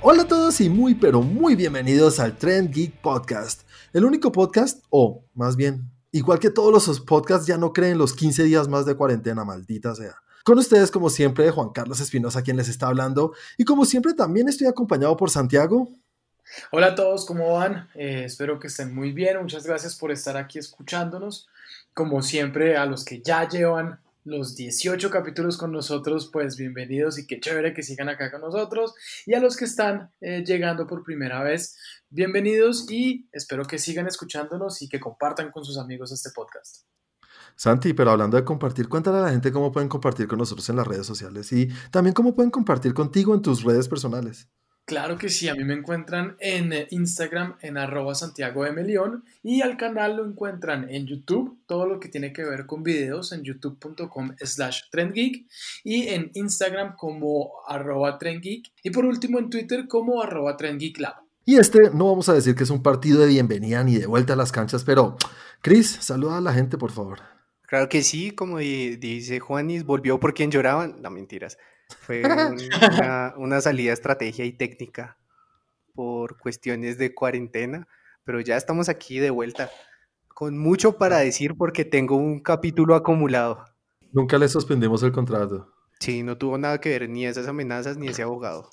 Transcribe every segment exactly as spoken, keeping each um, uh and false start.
Hola a todos y muy pero muy bienvenidos al Trend Geek Podcast, el único podcast, o más bien, igual que todos los podcasts, ya no creen los quince días más de cuarentena, maldita sea. Con ustedes, como siempre, Juan Carlos Espinosa, quien les está hablando, y como siempre también estoy acompañado por Santiago. Hola a todos, ¿cómo van? Eh, espero que estén muy bien, muchas gracias por estar aquí escuchándonos. Como siempre, a los que ya llevan los dieciocho capítulos con nosotros, pues bienvenidos y qué chévere que sigan acá con nosotros. Y a los que están eh, llegando por primera vez, bienvenidos y espero que sigan escuchándonos y que compartan con sus amigos este podcast. Santi, pero hablando de compartir, cuéntale a la gente cómo pueden compartir con nosotros en las redes sociales y también cómo pueden compartir contigo en tus redes personales. Claro que sí, a mí me encuentran en Instagram en arroba Santiago M. León y al canal lo encuentran en YouTube, todo lo que tiene que ver con videos en youtube.com slash trendgeek y en Instagram como arroba trendgeek y por último en Twitter como arroba trendgeeklab. Y este no vamos a decir que es un partido de bienvenida ni de vuelta a las canchas, pero Chris, saluda a la gente por favor. Claro que sí, como di- dice Juanis, volvió por quien lloraban. No, mentiras. Fue un- una, una salida estrategia y técnica por cuestiones de cuarentena, pero ya estamos aquí de vuelta, con mucho para decir porque tengo un capítulo acumulado. Nunca le suspendimos el contrato. Sí, no tuvo nada que ver ni esas amenazas ni ese abogado.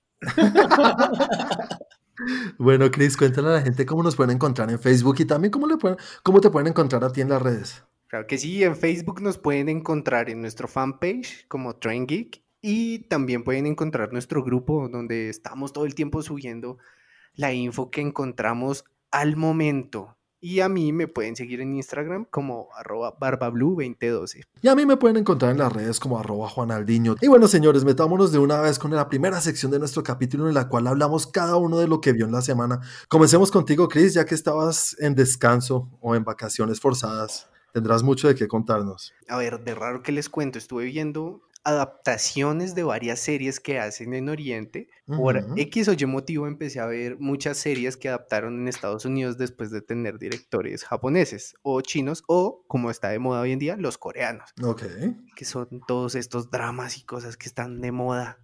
Bueno, Chris, cuéntale a la gente cómo nos pueden encontrar en Facebook y también cómo, le pueden, cómo te pueden encontrar a ti en las redes. Claro que sí, en Facebook nos pueden encontrar en nuestro fanpage como Train Geek y también pueden encontrar nuestro grupo donde estamos todo el tiempo subiendo la info que encontramos al momento. Y a mí me pueden seguir en Instagram como arroba barbablue veinte doce. Y a mí me pueden encontrar en las redes como arroba juanaldiño. Y bueno, señores, metámonos de una vez con la primera sección de nuestro capítulo en la cual hablamos cada uno de lo que vio en la semana. Comencemos contigo, Chris, ya que estabas en descanso o en vacaciones forzadas. Tendrás mucho de qué contarnos. A ver, de raro que les cuento, estuve viendo adaptaciones de varias series que hacen en Oriente. Por Uh-huh. X o Y motivo empecé a ver muchas series que adaptaron en Estados Unidos después de tener directores japoneses o chinos o, como está de moda hoy en día, los coreanos. Ok. Que son todos estos dramas y cosas que están de moda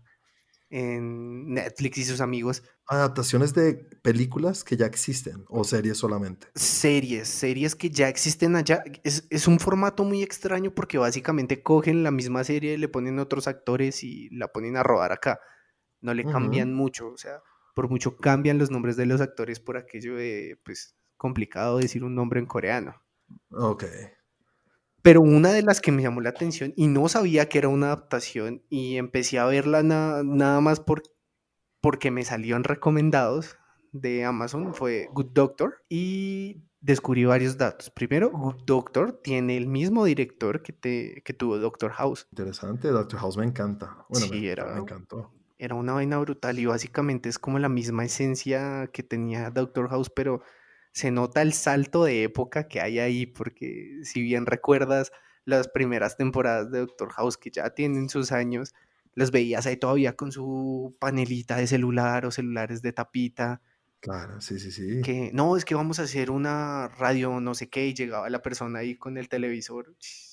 en Netflix y sus amigos. Adaptaciones de películas que ya existen o series solamente. Series, series que ya existen allá. Es, es un formato muy extraño porque básicamente cogen la misma serie, le ponen otros actores y la ponen a rodar acá. No le Uh-huh. cambian mucho, o sea, por mucho cambian los nombres de los actores por aquello de, pues, complicado decir un nombre en coreano. Ok. Pero una de las que me llamó la atención y no sabía que era una adaptación y empecé a verla na- nada más por, porque me salieron recomendados de Amazon fue Good Doctor y descubrí varios datos. Primero, Good Doctor tiene el mismo director que, te, que tuvo Doctor House. Interesante, Doctor House me encanta. Bueno, Sí, me, era, me encantó. era una vaina brutal y básicamente es como la misma esencia que tenía Doctor House, pero se nota el salto de época que hay ahí, porque si bien recuerdas las primeras temporadas de Doctor House que ya tienen sus años, los veías ahí todavía con su panelita de celular o celulares de tapita, Claro, sí, sí, sí. que no, es que vamos a hacer una radio no sé qué, y llegaba la persona ahí con el televisor.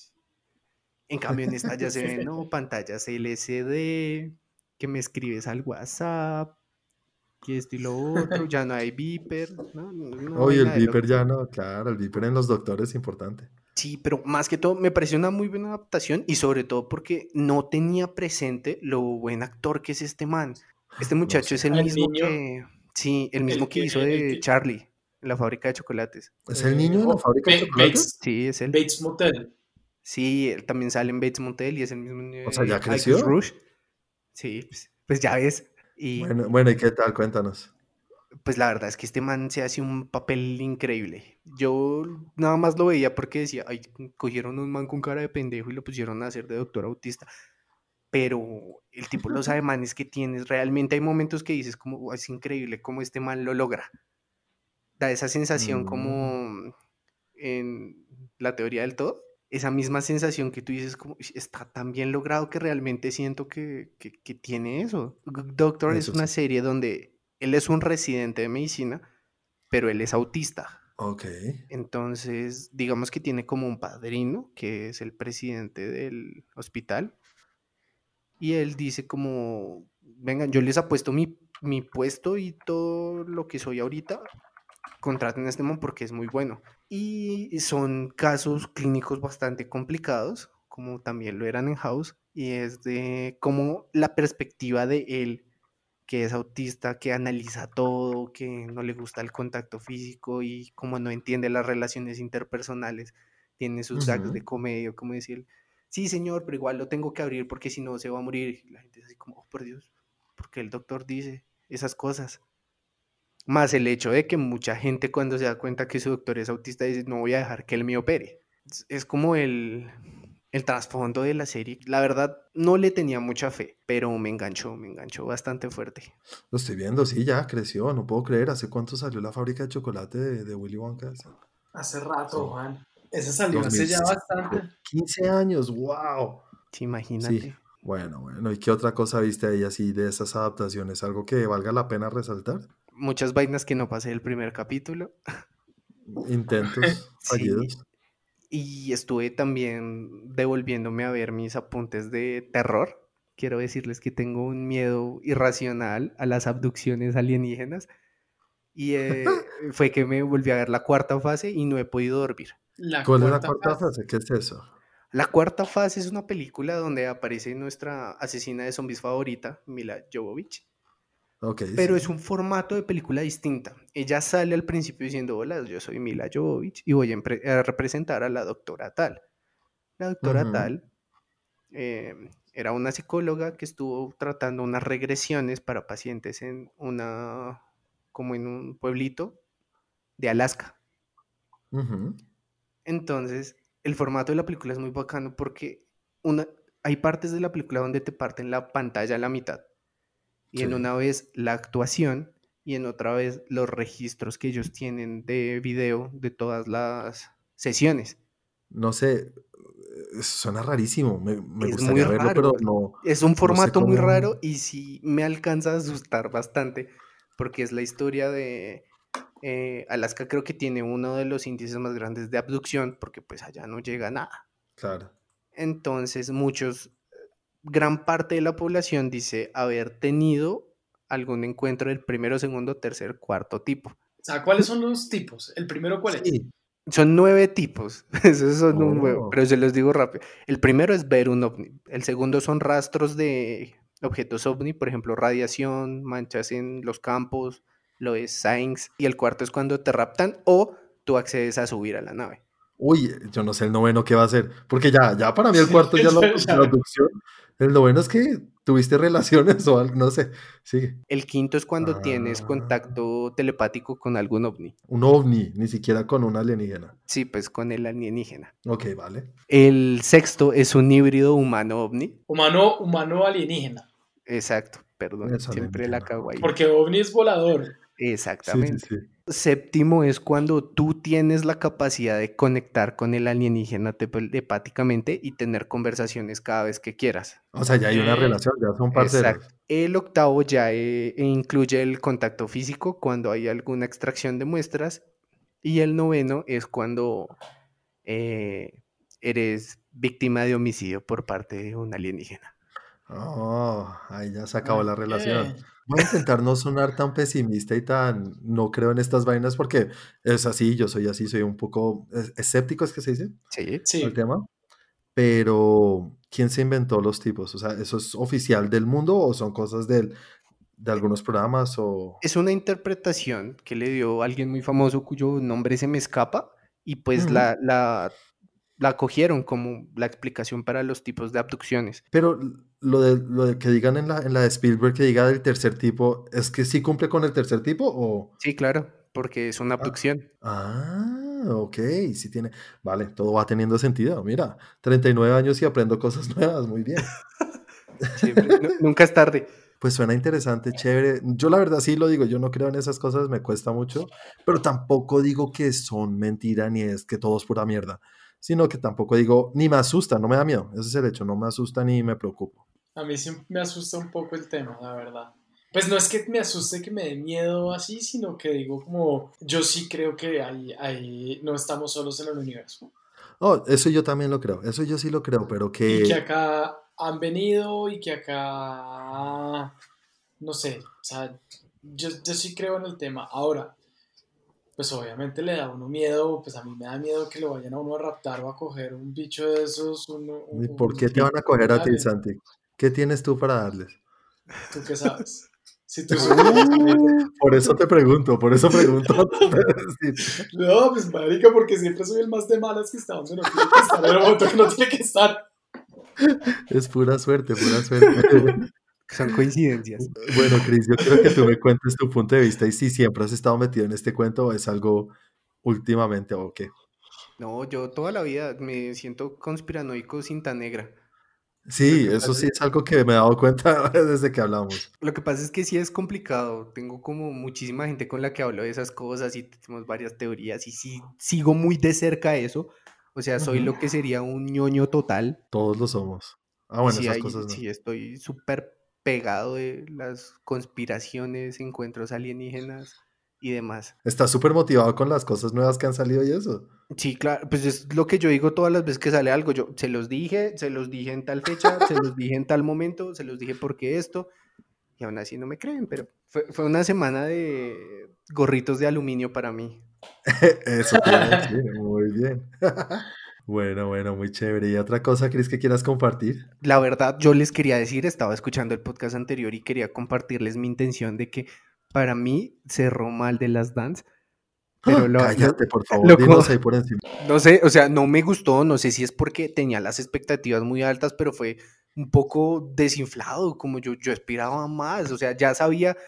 En cambio en esta ya se ven, no, pantallas L C D, que me escribes al WhatsApp, que esto y lo otro, ya no hay beeper, ¿no? Una Oye, el vaina de Viper ya locos. no, claro, el Viper en los doctores es importante. Sí, pero más que todo me pareció una muy buena adaptación y sobre todo porque no tenía presente lo buen actor que es este man. Este No muchacho sé. es el El mismo niño, que, sí, el mismo el que que, hizo el de que, Charlie en la fábrica de chocolates. ¿Es el eh, niño de la jo- fábrica de Ba- chocolates? Bates, Sí, es él. Bates Motel. Sí, él también sale en Bates Motel y es el mismo O sea, ¿ya de Icus creció? Rush. Sí, pues, pues ya ves. Y Bueno, bueno, ¿y qué tal? Cuéntanos. pues la verdad es que este man se hace un papel increíble. Yo nada más lo veía porque decía, ay, cogieron un man con cara de pendejo y lo pusieron a hacer de doctor autista. Pero el tipo, los ademanes que tienes, realmente hay momentos que dices como, "Uy, es increíble cómo este man lo logra". Da esa sensación Mm, como en la teoría del todo. Esa misma sensación que tú dices como, "Uy, está tan bien logrado que realmente siento que, que, que tiene eso". Good Doctor es eso una sí. serie donde él es un residente de medicina, pero él es autista. Ok. Entonces, digamos que tiene como un padrino, que es el presidente del hospital, y él dice como, vengan, yo les apuesto mi mi puesto y todo lo que soy ahorita, contraten a este man porque es muy bueno. Y son casos clínicos bastante complicados, como también lo eran en House, y es de cómo la perspectiva de él, que es autista, que analiza todo, que no le gusta el contacto físico y como no entiende las relaciones interpersonales, tiene sus gags de Ujú. comedia, como decir, sí señor, pero igual lo tengo que abrir porque si no se va a morir. Y la gente es así como, oh por Dios, porque el doctor dice esas cosas. Más el hecho de que mucha gente cuando se da cuenta que su doctor es autista dice, no voy a dejar que él me opere. Es, es como el, el trasfondo de la serie. La verdad, no le tenía mucha fe, pero me enganchó, me enganchó bastante fuerte. Lo estoy viendo, sí, ya creció, no puedo creer. ¿Hace cuánto salió la fábrica de chocolate de, de Willy Wonka? Hace rato, Sí, Juan. Esa salió hace ya dos mil cinco, bastante. quince años, wow. Sí, Sí, imagínate. bueno, bueno. ¿Y qué otra cosa viste ahí así de esas adaptaciones? ¿Algo que valga la pena resaltar? Muchas vainas que no pasé el primer capítulo. Intentos Sí, fallidos. y estuve también devolviéndome a ver mis apuntes de terror. Quiero decirles que tengo un miedo irracional a las abducciones alienígenas. Y eh, fue que me volví a ver la cuarta fase y no he podido dormir. La ¿Cuál es la cuarta cuarta fase. fase? ¿Qué es eso? La cuarta fase es una película donde aparece nuestra asesina de zombies favorita, Mila Jovovich, Ok, pero sí. es un formato de película distinta. Ella sale al principio diciendo, hola, yo soy Mila Jovovich y voy a, empre- a representar a la doctora tal. La doctora Ujú, tal eh, era una psicóloga que estuvo tratando unas regresiones para pacientes en una, como en un pueblito de Alaska. ujú. Entonces, el formato de la película es muy bacano porque una, hay partes de la película donde te parten la pantalla a la mitad y en Sí. una vez la actuación y en otra vez los registros que ellos tienen de video de todas las sesiones. No sé, eh, suena rarísimo. Me, me Es muy gustaría verlo, pero raro. no, Es un no sé formato muy cómo. raro y sí me alcanza a asustar bastante porque es la historia de eh, Alaska. Creo que tiene uno de los índices más grandes de abducción porque pues allá no llega nada. Claro. Entonces muchos, gran parte de la población dice haber tenido algún encuentro del primero, segundo, tercer, cuarto tipo. O sea, ¿cuáles son los tipos? ¿El primero cuál es? Sí. Son nueve tipos, esos son un huevo, Oh. pero se los digo rápido. El primero es ver un ovni, el segundo son rastros de objetos ovni, por ejemplo, radiación, manchas en los campos, lo es SIGNS, y el cuarto es cuando te raptan o tú accedes a subir a la nave. Uy, yo no sé el noveno qué va a hacer. Porque ya, ya para mí el cuarto ya lo Ya, la ya. abducción. El noveno es que tuviste relaciones o algo, no sé. Sigue. El quinto es cuando tienes Ah, contacto telepático con algún ovni. un ovni, ni siquiera con un alienígena. Sí, pues con el alienígena. Ok, vale. El sexto es un híbrido humano-ovni. Humano, humano alienígena. Exacto, perdón, Es siempre la alienígena. cago Ok. ahí. Porque ovni es volador. Sí, sí, Exactamente. sí. Séptimo es cuando tú tienes la capacidad de conectar con el alienígena telepáticamente y tener conversaciones cada vez que quieras. O sea, ya Ok. hay una relación, ya son Exacto. parceros. El octavo ya eh, incluye el contacto físico cuando hay alguna extracción de muestras. Y el noveno es cuando eh, eres víctima de homicidio por parte de un alienígena. Oh, ahí ya se acabó la relación. Ok. Voy a intentar no sonar tan pesimista y tan no creo en estas vainas porque es así, yo soy así, soy un poco es- escéptico, ¿es que se dice? Sí. Al Sí. tema. Pero, ¿quién se inventó los tipos? O sea, ¿eso es oficial del mundo o son cosas del, de algunos programas o... Es una interpretación que le dio alguien muy famoso cuyo nombre se me escapa y pues Ujú. la, la, la cogieron como la explicación para los tipos de abducciones. Pero lo de, lo de que digan en la, en la de Spielberg que diga del tercer tipo, ¿es que sí cumple con el tercer tipo o...? Sí, claro, porque es una Ah, abducción. ah, ok, sí tiene... Vale, todo va teniendo sentido. Mira, treinta y nueve años y aprendo cosas nuevas, muy bien. Siempre. Nu- nunca es tarde. Pues suena interesante, chévere. Yo la verdad sí lo digo, yo no creo en esas cosas, me cuesta mucho, pero tampoco digo que son mentira ni es que todo es pura mierda, sino que tampoco digo, ni me asusta, no me da miedo, ese es el hecho, no me asusta ni me preocupo. A mí sí me asusta un poco el tema, la verdad. Pues no es que me asuste que me dé miedo así, sino que digo como, yo sí creo que ahí, ahí no estamos solos en el universo. Oh, eso yo también lo creo, eso yo sí lo creo, pero Y que que acá han venido y que acá no sé, o sea, yo, yo sí creo en el tema. Ahora, pues obviamente le da a uno miedo, pues a mí me da miedo que lo vayan a uno a raptar o a coger un bicho de esos, uno- un, ¿Y por un, qué te Sí. van a coger un a ti, alien. Santi? ¿Qué tienes tú para darles? ¿Tú qué sabes? Si tú supieras, marica. Uh, Por eso te pregunto, por eso pregunto antes de decir. No, pues marica, porque siempre soy el más de malas que está donde no tiene que estar, el otro que no tiene que estar. Es pura suerte, pura suerte. Son coincidencias. Bueno, Cris, yo quiero que tú me cuentes tu punto de vista y si siempre has estado metido en este cuento o es algo últimamente o qué. No, yo toda la vida me siento conspiranoico cinta negra. Lo Sí, que eso pasa sí es, es algo que me he dado cuenta desde que hablamos. lo que pasa es que sí es complicado. Tengo como muchísima gente con la que hablo de esas cosas y tenemos varias teorías y sí sigo muy de cerca eso. O sea, soy Ujú. lo que sería un ñoño total. Todos lo somos. Ah, Y bueno, sí, esas hay, cosas no. sí estoy súper pegado de las conspiraciones, encuentros alienígenas y demás. Estás súper motivado con las cosas nuevas que han salido y eso. Sí, claro, pues es lo que yo digo todas las veces que sale algo. Yo se los dije, se los dije en tal fecha, se los dije en tal momento, se los dije porque esto, y aún así no me creen, pero fue, fue una semana de gorritos de aluminio para mí. Eso te iba a decir, muy bien. Bueno, bueno, muy chévere. ¿Y otra cosa, Cris, que quieras compartir? La verdad, yo les quería decir, estaba escuchando el podcast anterior y quería compartirles mi intención de que para mí cerró mal de las Dance, pero ¡Ah! lo, lo, Cállate, por favor, lo co- dinos ahí por encima. no sé, o sea, no me gustó, no sé si es porque tenía las expectativas muy altas, pero fue un poco desinflado, como yo, yo esperaba más, o sea, ya sabía,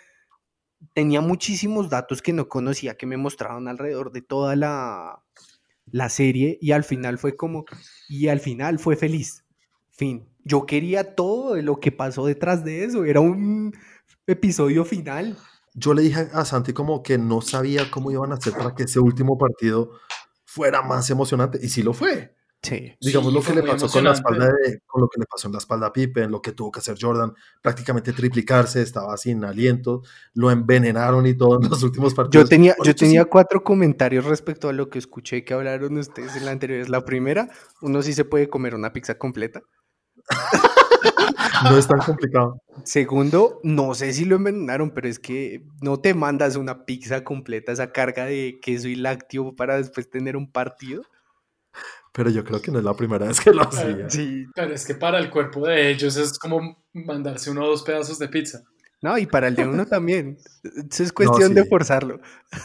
tenía muchísimos datos que no conocía que me mostraban alrededor de toda la, la serie y al final fue como, y al final fue feliz, fin. Yo quería todo de lo que pasó detrás de eso, era un episodio final. Yo le dije a Santi como que no sabía cómo iban a hacer para que ese último partido fuera más emocionante. Y sí lo fue. Sí. Digamos Sí, lo que fue le muy pasó con la espalda emocionante. de, con lo que le pasó en la espalda a Pippen, lo que tuvo que hacer Jordan, prácticamente triplicarse, estaba sin aliento, lo envenenaron y todo en los últimos Yo partidos. tenía, Por yo eso sí, tenía cuatro comentarios respecto a lo que escuché que hablaron ustedes en la anterior. La primera, uno sí se puede comer una pizza completa. no es tan complicado. Segundo, no sé si lo envenenaron, pero es que no te mandas una pizza completa, esa carga de queso y lácteo para después tener un partido. Pero yo creo que no es la primera vez que lo Pero, hacía. Sí. pero es que para el cuerpo de ellos es como mandarse uno o dos pedazos de pizza. No, y para el de uno también. Eso es No, cuestión de sí. forzarlo.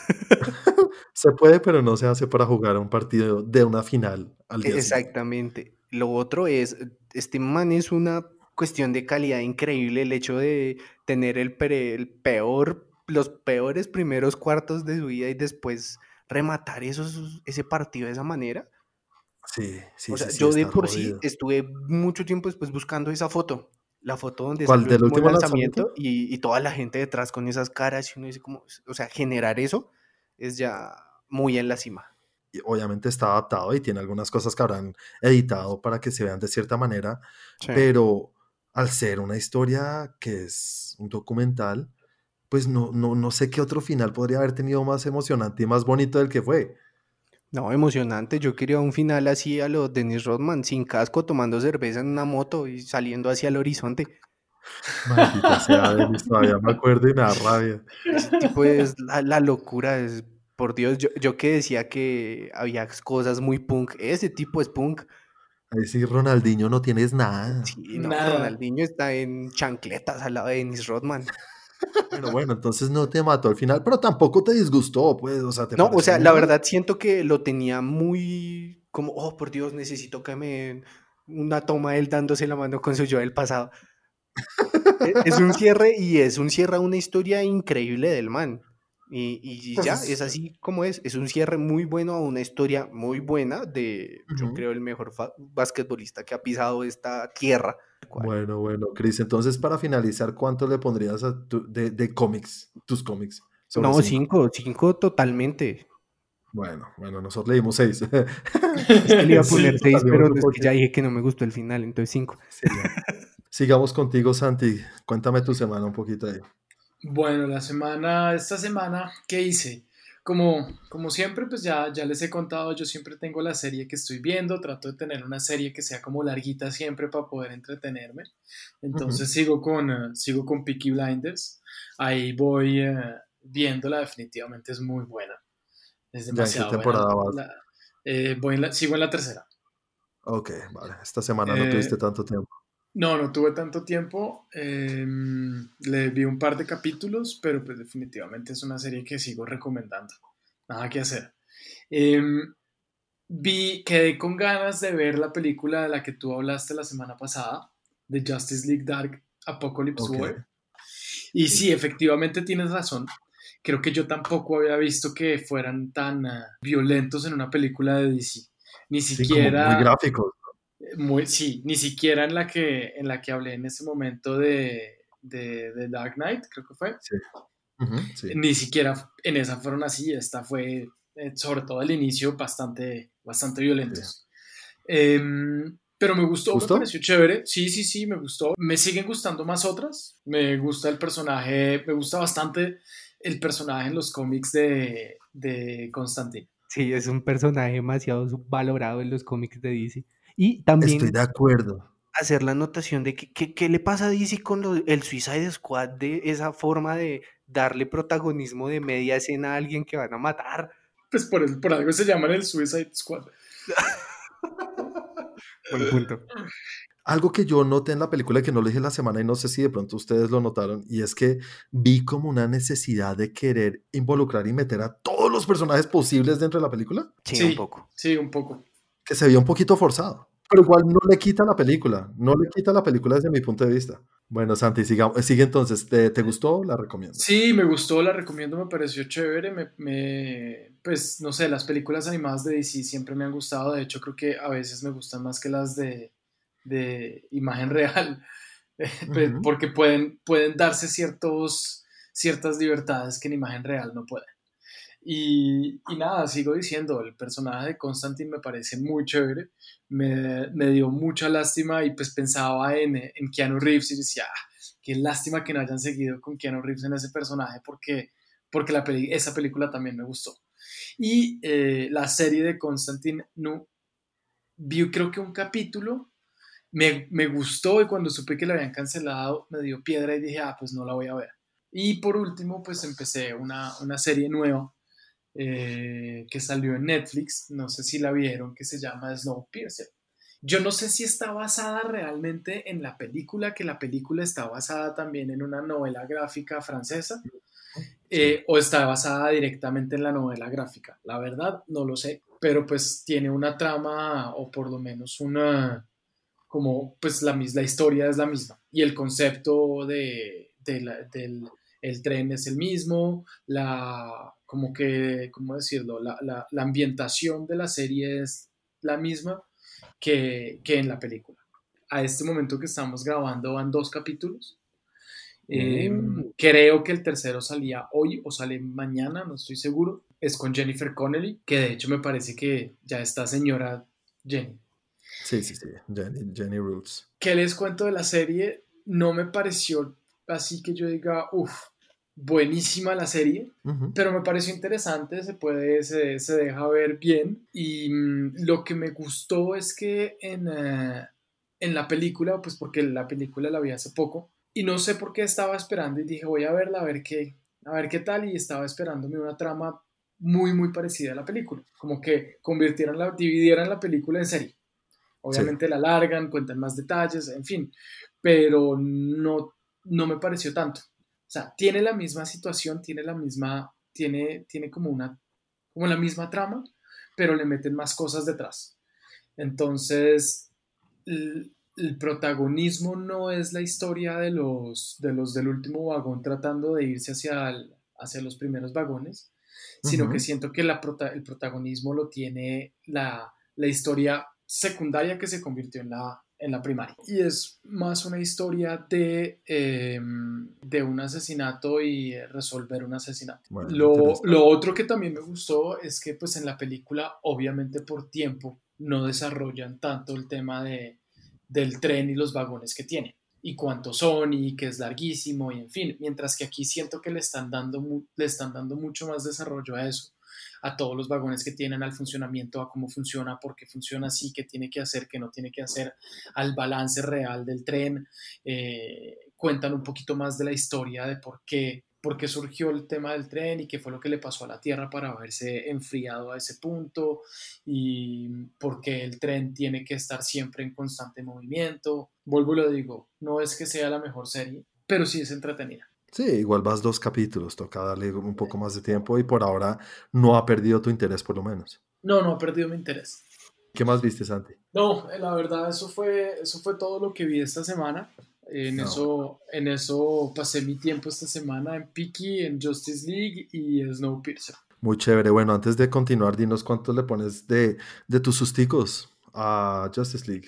Se puede, pero no se hace para jugar un partido de una final al día siguiente. Exactamente. Lo otro es, este man es una cuestión de calidad increíble el hecho de tener el, pre- el peor, los peores primeros cuartos de su vida y después rematar esos, ese partido de esa manera. Sí, sí, O sea, sí, sí, yo de está por sí jodido. estuve mucho tiempo después buscando esa foto, la foto donde ¿Cuál salió el del último último lanzamiento? lanzamiento y, y toda la gente detrás con esas caras y uno dice como, o sea, generar eso es ya muy en la cima. Y obviamente está adaptado y tiene algunas cosas que habrán editado para que se vean de cierta manera, Sí. pero al ser una historia que es un documental, pues no, no, no sé qué otro final podría haber tenido más emocionante y más bonito del que fue. No, emocionante. Yo quería un final así a lo Dennis Rodman, sin casco, tomando cerveza en una moto y saliendo hacia el horizonte. Maldita sea, Denis, todavía me acuerdo y me da rabia. Ese tipo es la, la locura. Es, por Dios, yo, yo que decía que había cosas muy punk. Ese tipo es punk. Ahí sí, Ronaldinho, no tienes nada. Sí, no, Nada. Ronaldinho está en chancletas al lado de Dennis Rodman. Pero bueno, entonces no te mató al final, pero tampoco te disgustó, pues, o sea, ¿te No, o pareció sea, muy la mal? verdad siento que lo tenía muy como, oh, por Dios, necesito que me den una toma de él dándose la mano con su yo del pasado. E- Es un cierre y es un cierre a una historia increíble del man. Y, y Pues ya, es es- así como es. Es un cierre muy bueno a una historia muy buena de, yo Ujú. creo, el mejor fa- basquetbolista que ha pisado esta tierra. ¿Cuál? Bueno, bueno, Chris, entonces para finalizar, ¿cuánto le pondrías a tu- de, de cómics, tus cómics, sobre No, cinco? cinco, cinco totalmente. Bueno, bueno, nosotros le dimos seis. Es que le iba a poner Sí. Nos seis, salimos pero un es que ya poquito. dije que no me gustó el final, entonces cinco. Sí, ya. Sigamos contigo, Santi. Cuéntame tu semana un poquito ahí. Bueno, la semana, esta semana, ¿qué hice? Como, como siempre, pues ya, ya les he contado, yo siempre tengo la serie que estoy viendo, trato de tener una serie que sea como larguita siempre para poder entretenerme. Ujú. Entonces sigo con, eh, sigo con Peaky Blinders, ahí voy eh, viéndola, definitivamente es muy buena, es ¿Ya en qué demasiado buena. temporada vas? La- eh, voy en la- sigo en la tercera. Ok, vale. Esta semana no tuviste Eh, tanto tiempo. no, no tuve tanto tiempo, eh, le vi un par de capítulos, pero pues definitivamente es una serie que sigo recomendando, nada que hacer. Em, Vi, quedé con ganas de ver la película de la que tú hablaste la semana pasada, de Justice League Dark Apocalypse Ok. War. Y sí, efectivamente tienes razón. Creo que yo tampoco había visto que fueran tan uh, violentos en una película de D C. Ni Sí, como muy siquiera, gráficos. muy, sí, ni siquiera en la que, en la que hablé en ese momento de, de, de Dark Knight, creo que fue. Sí. Ujú, sí. Ni siquiera en esa fueron así. Esta fue, eh, sobre todo al inicio, bastante, bastante Sí. violentos. Eh, pero me ¿Te gustó, me gustó? pareció chévere. Sí, sí, sí, me gustó. Me siguen gustando más otras. Me gusta el personaje, me gusta bastante el personaje en los cómics de, de Constantine. Sí, es un personaje demasiado subvalorado en los cómics de D C. Y Estoy también de acuerdo. hacer la anotación de que, que- qué le pasa a D C con lo- el Suicide Squad, de esa forma de darle protagonismo de media escena a alguien que van a matar. Pues por, el, por algo se llaman el Suicide Squad. Buen punto. Algo que yo noté en la película que no lo dije la semana y no sé si de pronto ustedes lo notaron, y es que vi como una necesidad de querer involucrar y meter a todos los personajes posibles dentro de la película, Sí, un Sí, poco. sí, un poco. que se veía un poquito forzado. Pero igual no le quita la película, no le quita la película desde mi punto de vista. Bueno, Santi, sigamos, sigue entonces. ¿Te, te gustó? La recomiendo. Sí, me gustó, la recomiendo, me pareció chévere. Me, me- pues no sé, las películas animadas de D C siempre me han gustado. De hecho, creo que a veces me gustan más que las de, de imagen real, pues, Ujú. porque pueden, pueden darse ciertos, ciertas libertades que en imagen real no pueden. Y, y nada, sigo diciendo, el personaje de Constantine me parece muy chévere, me, me dio mucha lástima y pues pensaba en, en Keanu Reeves y decía, "Ah, qué lástima que no hayan seguido con Keanu Reeves en ese personaje porque, porque la peli- esa película también me gustó. Y eh, la serie de Constantine, no, vi creo que un capítulo, me, me gustó y cuando supe que la habían cancelado me dio piedra y dije, ah, pues no la voy a ver. Y por último, pues empecé una, una serie nueva eh, que salió en Netflix, no sé si la vieron, que se llama Snowpiercer. Yo no sé si está basada realmente en la película, que la película está basada también en una novela gráfica francesa, Sí. eh, o está basada directamente en la novela gráfica. La verdad, no lo sé, pero pues tiene una trama, o por lo menos una, como pues la, mis- la historia es la misma y el concepto de, de la- del el tren es el mismo, la, como que, ¿cómo decirlo? La, la- la ambientación de la serie es la misma que, que en la película. A este momento que estamos grabando van dos capítulos. Eh, Uh, creo que el tercero salía hoy o sale mañana, no estoy seguro. Es con Jennifer Connelly, que de hecho me parece que ya está señora Jenny. sí, sí, sí. Jenny, Jenny Roots. ¿Qué les cuento de la serie? No me pareció así que yo diga, uff, buenísima la serie, Ujú. pero me pareció interesante, se puede, se, se deja ver bien. Y mm, lo que me gustó es que en, eh, en la película, pues porque la película la vi hace poco, y no sé por qué estaba esperando y dije, voy a verla, a ver qué, a ver qué tal, y estaba esperándome una trama muy, muy parecida a la película, como que convirtieran la, dividieran la película en serie. Sí, Obviamente la alargan, cuentan más detalles, en fin, pero no, no me pareció tanto. O sea, tiene la misma situación, tiene la misma, tiene, tiene como una, como la misma trama, pero le meten más cosas detrás. Entonces, el, el protagonismo no es la historia de los, de los del último vagón tratando de irse hacia, el- hacia los primeros vagones, sino que ujú, siento que la prota- el protagonismo lo tiene la, la historia secundaria que se convirtió en la, en la primaria. Y es más una historia de, eh, de un asesinato y resolver un asesinato. bueno, Lo, interesante. lo otro que también me gustó es que pues en la película, obviamente por tiempo, no desarrollan tanto el tema de, del tren y los vagones que tiene. y cuántos son y que es larguísimo y en fin, mientras que aquí siento que le están dando, mu- le están dando mucho más desarrollo a eso, a todos los vagones que tienen, al funcionamiento, a cómo funciona, por qué funciona así, qué tiene que hacer, qué no tiene que hacer, al balance real del tren. Eh, cuentan un poquito más de la historia de por qué, por qué surgió el tema del tren y qué fue lo que le pasó a la Tierra para haberse enfriado a ese punto y por qué el tren tiene que estar siempre en constante movimiento. Vuelvo y lo digo, no es que sea la mejor serie, pero sí es entretenida. Sí, igual vas dos capítulos, toca darle un poco más de tiempo y por ahora no ha perdido tu interés por lo menos. No, no ha perdido mi interés. ¿Qué más viste, Santi? No, eh, la verdad, eso fue, eso fue todo lo que vi esta semana. En No, bueno. eso, en eso pasé mi tiempo esta semana en Peaky, en Justice League y Snowpiercer. Muy chévere. Bueno, antes de continuar, dinos cuánto le pones de, de tus susticos a Justice League.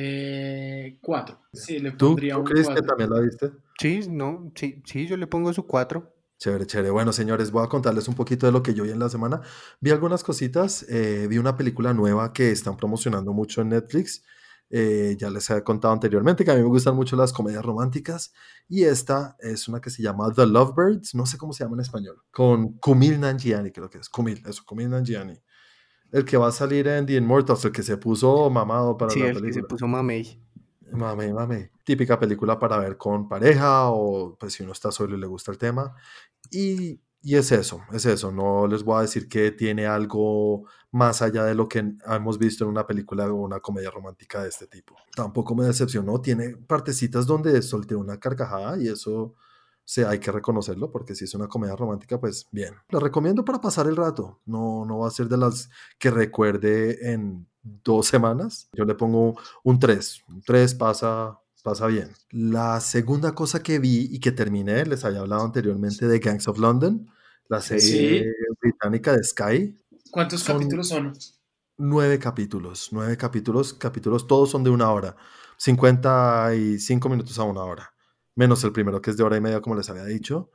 Eh, cuatro. Sí, le ¿Tú, pondría tú un crees que cuatro. también la viste? Sí, no, sí, sí, yo le pongo su cuatro. Chévere, chévere. Bueno, señores, voy a contarles un poquito de lo que yo vi en la semana. Vi algunas cositas, eh, vi una película nueva que están promocionando mucho en Netflix. Eh, ya les he contado anteriormente que a mí me gustan mucho las comedias románticas y esta es una que se llama The Lovebirds, no sé cómo se llama en español, con Kumail Nanjiani, creo que es Kumail, eso, Kumail Nanjiani, el que va a salir en The Immortals, el que se puso mamado para Sí, la el que se película. puso mamey. Mame, mame. Típica película para ver con pareja o pues si uno está solo y le gusta el tema. Y, y es eso, es eso. No les voy a decir que tiene algo más allá de lo que hemos visto en una película o una comedia romántica de este tipo. Tampoco me decepcionó. Tiene partecitas donde solté una carcajada y eso se hay que reconocerlo porque si es una comedia romántica, pues bien. La recomiendo para pasar el rato. No, no va a ser de las que recuerde en dos semanas. Yo le pongo un tres. Un tres pasa, pasa bien. La segunda cosa que vi y que terminé, les había hablado anteriormente de Gangs of London, la Sí. serie Sí. británica de Sky. ¿Cuántos Son capítulos son? nueve capítulos, nueve capítulos, capítulos, todos son de una hora, cincuenta y cinco minutos a una hora, menos el primero que es de hora y media, como les había dicho,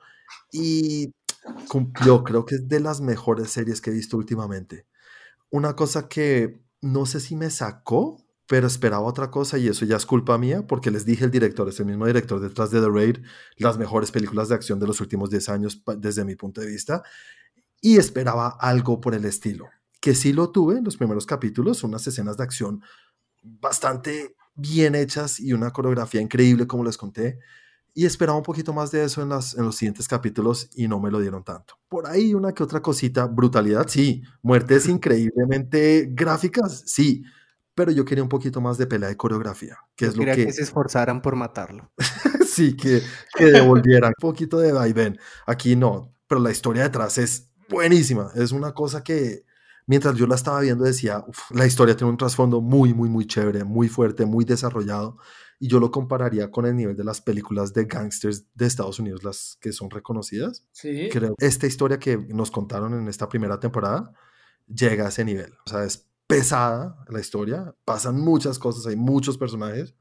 y cumplió, creo que es de las mejores series que he visto últimamente. Una cosa que no sé si me sacó, pero esperaba otra cosa y eso ya es culpa mía, porque les dije el director, es el mismo director detrás de The Raid, las mejores películas de acción de los últimos diez años pa- desde mi punto de vista, y esperaba algo por el estilo, que sí lo tuve en los primeros capítulos, unas escenas de acción bastante bien hechas y una coreografía increíble, como les conté, y esperaba un poquito más de eso en, las, en los siguientes capítulos y no me lo dieron tanto. Por ahí una que otra cosita, brutalidad, sí, muertes increíblemente gráficas, sí, pero yo quería un poquito más de pelea y coreografía, que Yo es lo quería que que se esforzaran por matarlo. sí, que, que devolvieran un poquito de vaivén. Aquí no, pero la historia detrás es buenísima. Es una cosa que mientras yo la estaba viendo decía, "Uf, la historia tiene un trasfondo muy, muy, muy chévere, muy fuerte, muy desarrollado. Y yo lo compararía con el nivel de las películas de gangsters de Estados Unidos, las que son reconocidas. Sí. Creo que esta historia que nos contaron en esta primera temporada llega a ese nivel. O sea, es pesada la historia, pasan muchas cosas, hay muchos personajes.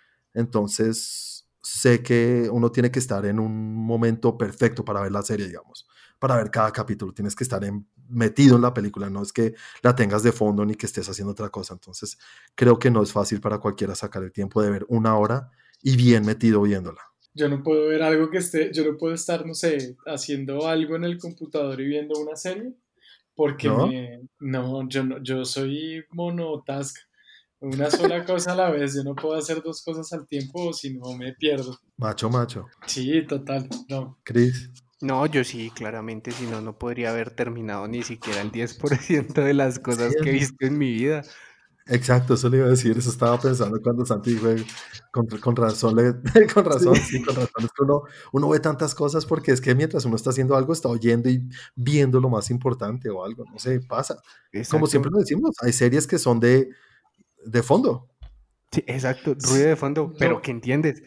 Entonces, sé que uno tiene que estar en un momento perfecto para ver la serie, digamos, para ver cada capítulo. Tienes que estar en- metido en la película, no es que la tengas de fondo ni que estés haciendo otra cosa. Entonces, creo que no es fácil para cualquiera sacar el tiempo de ver una hora y bien metido viéndola. Yo no puedo ver algo que esté, yo no puedo estar, no sé, haciendo algo en el computador y viendo una serie, porque ¿No? me, no, yo no, yo soy monotask, una sola cosa a la vez, yo no puedo hacer dos cosas al tiempo o si no me pierdo. Macho, macho. Sí, total, no. Chris. No, yo sí, claramente, si no, no podría haber terminado ni siquiera el diez por ciento de las Sí, cosas que he visto en mi vida. exacto, eso le iba a decir, eso estaba pensando cuando Santi dijo, eh, con, con razón, le- con razón, sí, Sí, con razón, es que uno, uno ve tantas cosas porque es que mientras uno está haciendo algo, está oyendo y viendo lo más importante o algo, no sé, pasa. Como siempre Exacto, lo decimos, hay series que son de, de fondo. sí, exacto, ruido de fondo, pero no, ¿qué entiendes?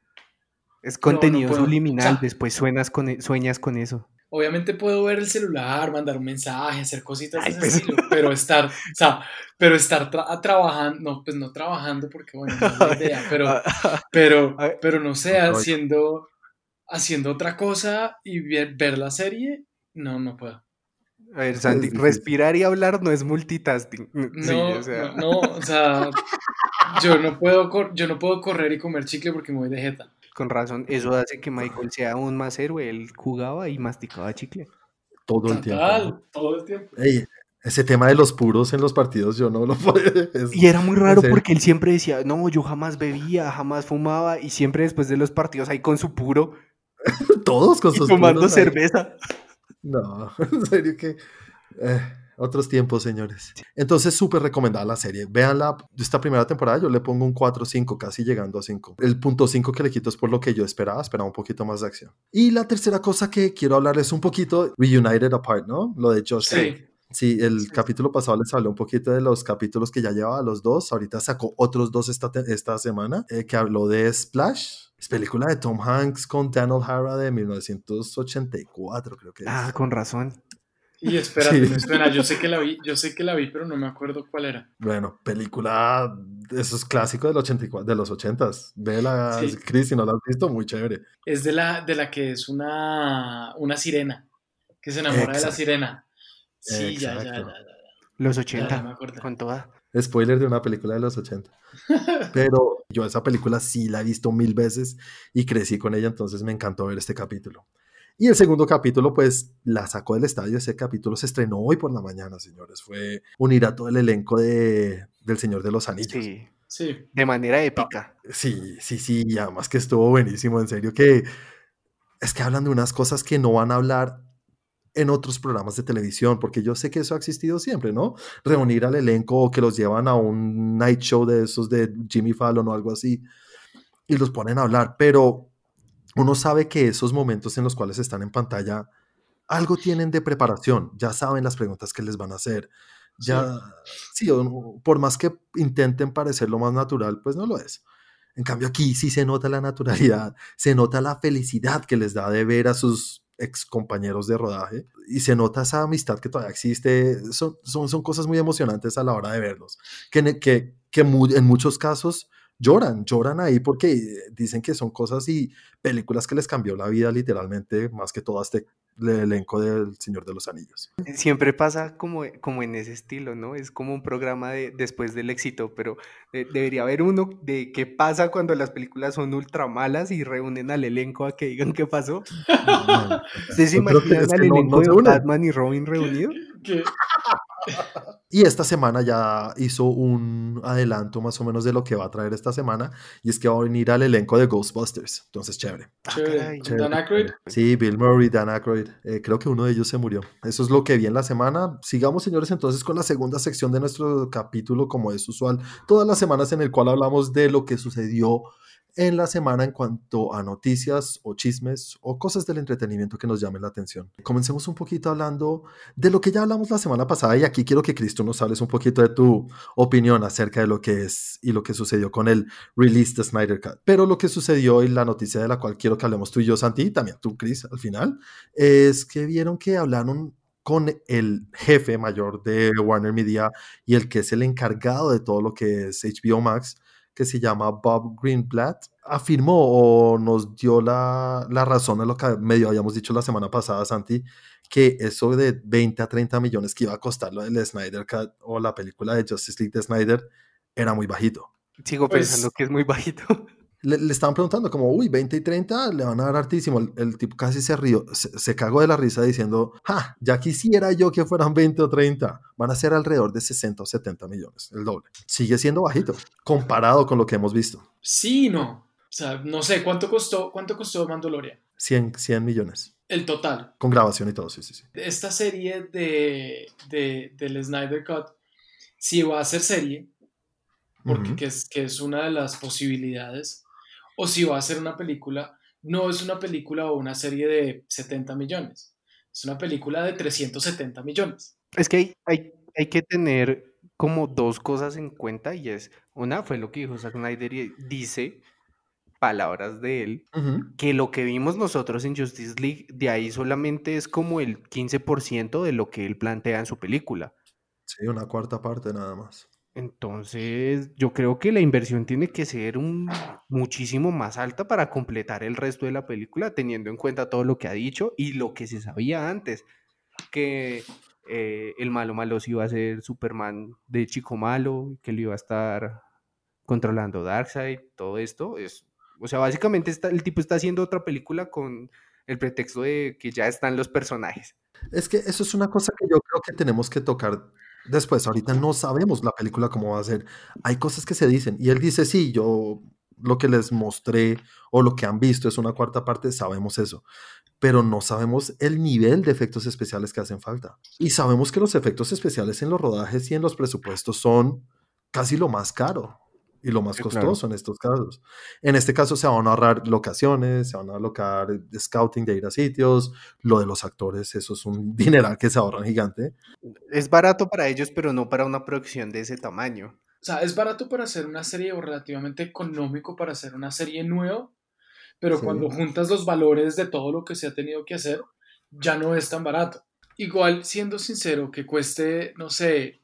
Es no, no contenido puedo. O subliminal, sea, después suenas con, e- sueñas con eso. obviamente puedo ver el celular, mandar un mensaje, hacer cositas de Ay, ese pues. estilo, pero estar, o sea, pero estar tra- trabajando, no, pues no trabajando porque bueno, no es la idea, pero, pero, Ay, pero no sé, No, yo- haciendo, haciendo otra cosa y ver, ver la serie, no, no puedo. a ver, es Santi, difícil. respirar y hablar no es multitasking. Mm, Sí, o No, no, sea, no, o sea, Yo no puedo, cor- yo no puedo correr y comer chicle porque me voy de jeta. Con razón, eso hace que Michael sea aún más héroe. Él jugaba y masticaba chicle. Todo el tiempo, ¿no? Total, todo el tiempo. Ey, ese tema de los puros en los partidos yo no lo puedo... es- Y era muy en raro serio. porque él siempre decía, no, yo jamás bebía, jamás fumaba, y siempre después de los partidos ahí con su puro Todos con y sus tomando puros ahí. cerveza. No, en serio que... eh, otros tiempos, señores. Entonces, súper recomendada la serie. Véanla, esta primera temporada yo le pongo un cuatro cinco, casi llegando a cinco. El punto cinco que le quito es por lo que yo esperaba, esperaba un poquito más de acción. Y la tercera cosa que quiero hablar es un poquito Reunited Apart, ¿no? Lo de Josh Trank. Sí, Sí, el Sí. capítulo pasado les hablé un poquito de los capítulos que ya llevaba, los dos. Ahorita sacó otros dos esta, te- esta semana, eh, que habló de Splash. Es película de Tom Hanks con Dan O'Hara de mil novecientos ochenta y cuatro, creo que es. Ah, con razón. y espérate, Sí. me suena, yo sé que la vi, yo sé que la vi, pero no me acuerdo cuál era. Bueno, película, eso es clásico del ochenta y cuatro, de los ochentas. Vela, Sí, Chris, si no la has visto, muy chévere. es de la, de la que es una, una sirena, que se enamora de la Exacto, sirena. Sí, ya, ya, ya, exacto. ya, Los ya, ya me ochenta, acuerdo. con toda. Spoiler de una película de los ochenta. Pero yo esa película sí la he visto mil veces y crecí con ella, entonces me encantó ver este capítulo. Y el segundo capítulo, pues la sacó del estadio. Ese capítulo se estrenó hoy por la mañana, señores. Fue unir a todo el elenco de, del Señor de los Anillos. Sí, Sí, de manera épica. Sí, sí, sí, y además que estuvo buenísimo, en serio, que es que hablan de unas cosas que no van a hablar en otros programas de televisión, porque yo sé que eso ha existido siempre, ¿no? Reunir al elenco o que los llevan a un night show de esos de Jimmy Fallon o algo así y los ponen a hablar, pero uno sabe que esos momentos en los cuales están en pantalla algo tienen de preparación, ya saben las preguntas que les van a hacer, sí. ya, sí, o- por más que intenten parecer lo más natural, pues no lo es. En cambio aquí sí se nota la naturalidad, se nota la felicidad que les da de ver a sus ex compañeros de rodaje y se nota esa amistad que todavía existe, son, son, son cosas muy emocionantes a la hora de verlos, que, ne- que, que mu- en muchos casos lloran, lloran ahí porque dicen que son cosas y películas que les cambió la vida literalmente, más que todo a este elenco del Señor de los Anillos. Siempre pasa como, como en ese estilo, ¿no? Es como un programa de después del éxito, pero eh, debería haber uno de qué pasa cuando las películas son ultra malas y reúnen al elenco a que digan qué pasó. Man, ¿Ustedes se yo creo que imaginan es al que no, elenco no de se unen. Batman y Robin reunido? Que, Y esta semana ya hizo un adelanto más o menos de lo que va a traer esta semana, y es que va a venir al elenco de Ghostbusters. Entonces, chévere. Ah, chévere. caray. Con Chévere, Dan Aykroyd. chévere. Sí, Bill Murray, Dan Aykroyd. Eh, creo que uno de ellos se murió. Eso es lo que vi en la semana. Sigamos, señores, entonces con la segunda sección de nuestro capítulo, como es usual, todas las semanas en el cual hablamos de lo que sucedió en la semana en cuanto a noticias o chismes o cosas del entretenimiento que nos llamen la atención. Comencemos un poquito hablando de lo que ya hablamos la semana pasada y aquí quiero que Cristo nos hables un poquito de tu opinión acerca de lo que es y lo que sucedió con el release de Snyder Cut. Pero lo que sucedió y la noticia de la cual quiero que hablemos tú y yo, Santi, y también tú, Chris, al final, es que vieron que hablaron con el jefe mayor de Warner Media y el que es el encargado de todo lo que es H B O Max, que se llama Bob Greenblatt, afirmó o nos dio la, la razón a lo que medio habíamos dicho la semana pasada, Santi, que eso de veinte a treinta millones que iba a costar lo del Snyder Cut o la película de Justice League de Snyder era muy bajito. Sigo pensando Pues que es muy bajito. Le, le estaban preguntando como, uy, veinte y treinta le van a dar hartísimo. El, el tipo casi se rió, se, se cagó de la risa diciendo, ja, ya quisiera yo que fueran veinte o treinta. Van a ser alrededor de sesenta o setenta millones, el doble. Sigue siendo bajito, comparado con lo que hemos visto. sí, y no. O sea, no sé, ¿cuánto costó, cuánto costó Mandalorian? cien, cien millones. El total. Con grabación y todo, sí, sí, sí. Esta serie de, de, del Snyder Cut, si va a ser serie, porque Ujú. que es, que es una de las posibilidades, o si va a ser una película, no es una película o una serie de setenta millones, es una película de trescientos setenta millones. Es que hay, hay, hay que tener como dos cosas en cuenta y es, una fue lo que dijo Zack Snyder y dice, palabras de él, Ujú. que lo que vimos nosotros en Justice League, de ahí solamente es como el quince por ciento de lo que él plantea en su película. Sí, una cuarta parte nada más. Entonces, yo creo que la inversión tiene que ser un, muchísimo más alta para completar el resto de la película, teniendo en cuenta todo lo que ha dicho y lo que se sabía antes, que eh, el malo malo sí iba a ser Superman de chico malo, que lo iba a estar controlando Darkseid, todo esto. Es, o sea, básicamente está, el tipo está haciendo otra película con el pretexto de que ya están los personajes. Es que eso es una cosa que yo creo que tenemos que tocar después. Ahorita no sabemos la película cómo va a ser. Hay cosas que se dicen y él dice, sí, yo lo que les mostré o lo que han visto es una cuarta parte, sabemos eso, pero no sabemos el nivel de efectos especiales que hacen falta. Y sabemos que los efectos especiales en los rodajes y en los presupuestos son casi lo más caro y lo más Sí, costoso claro. en estos casos. En este caso se van a ahorrar locaciones, se van a alocar scouting de ir a sitios, lo de los actores, eso es un dineral que se ahorran gigante. Es barato para ellos, pero no para una producción de ese tamaño. O sea, es barato para hacer una serie o relativamente económico para hacer una serie nueva, pero Sí. cuando juntas los valores de todo lo que se ha tenido que hacer, ya no es tan barato. Igual, siendo sincero, que cueste, no sé,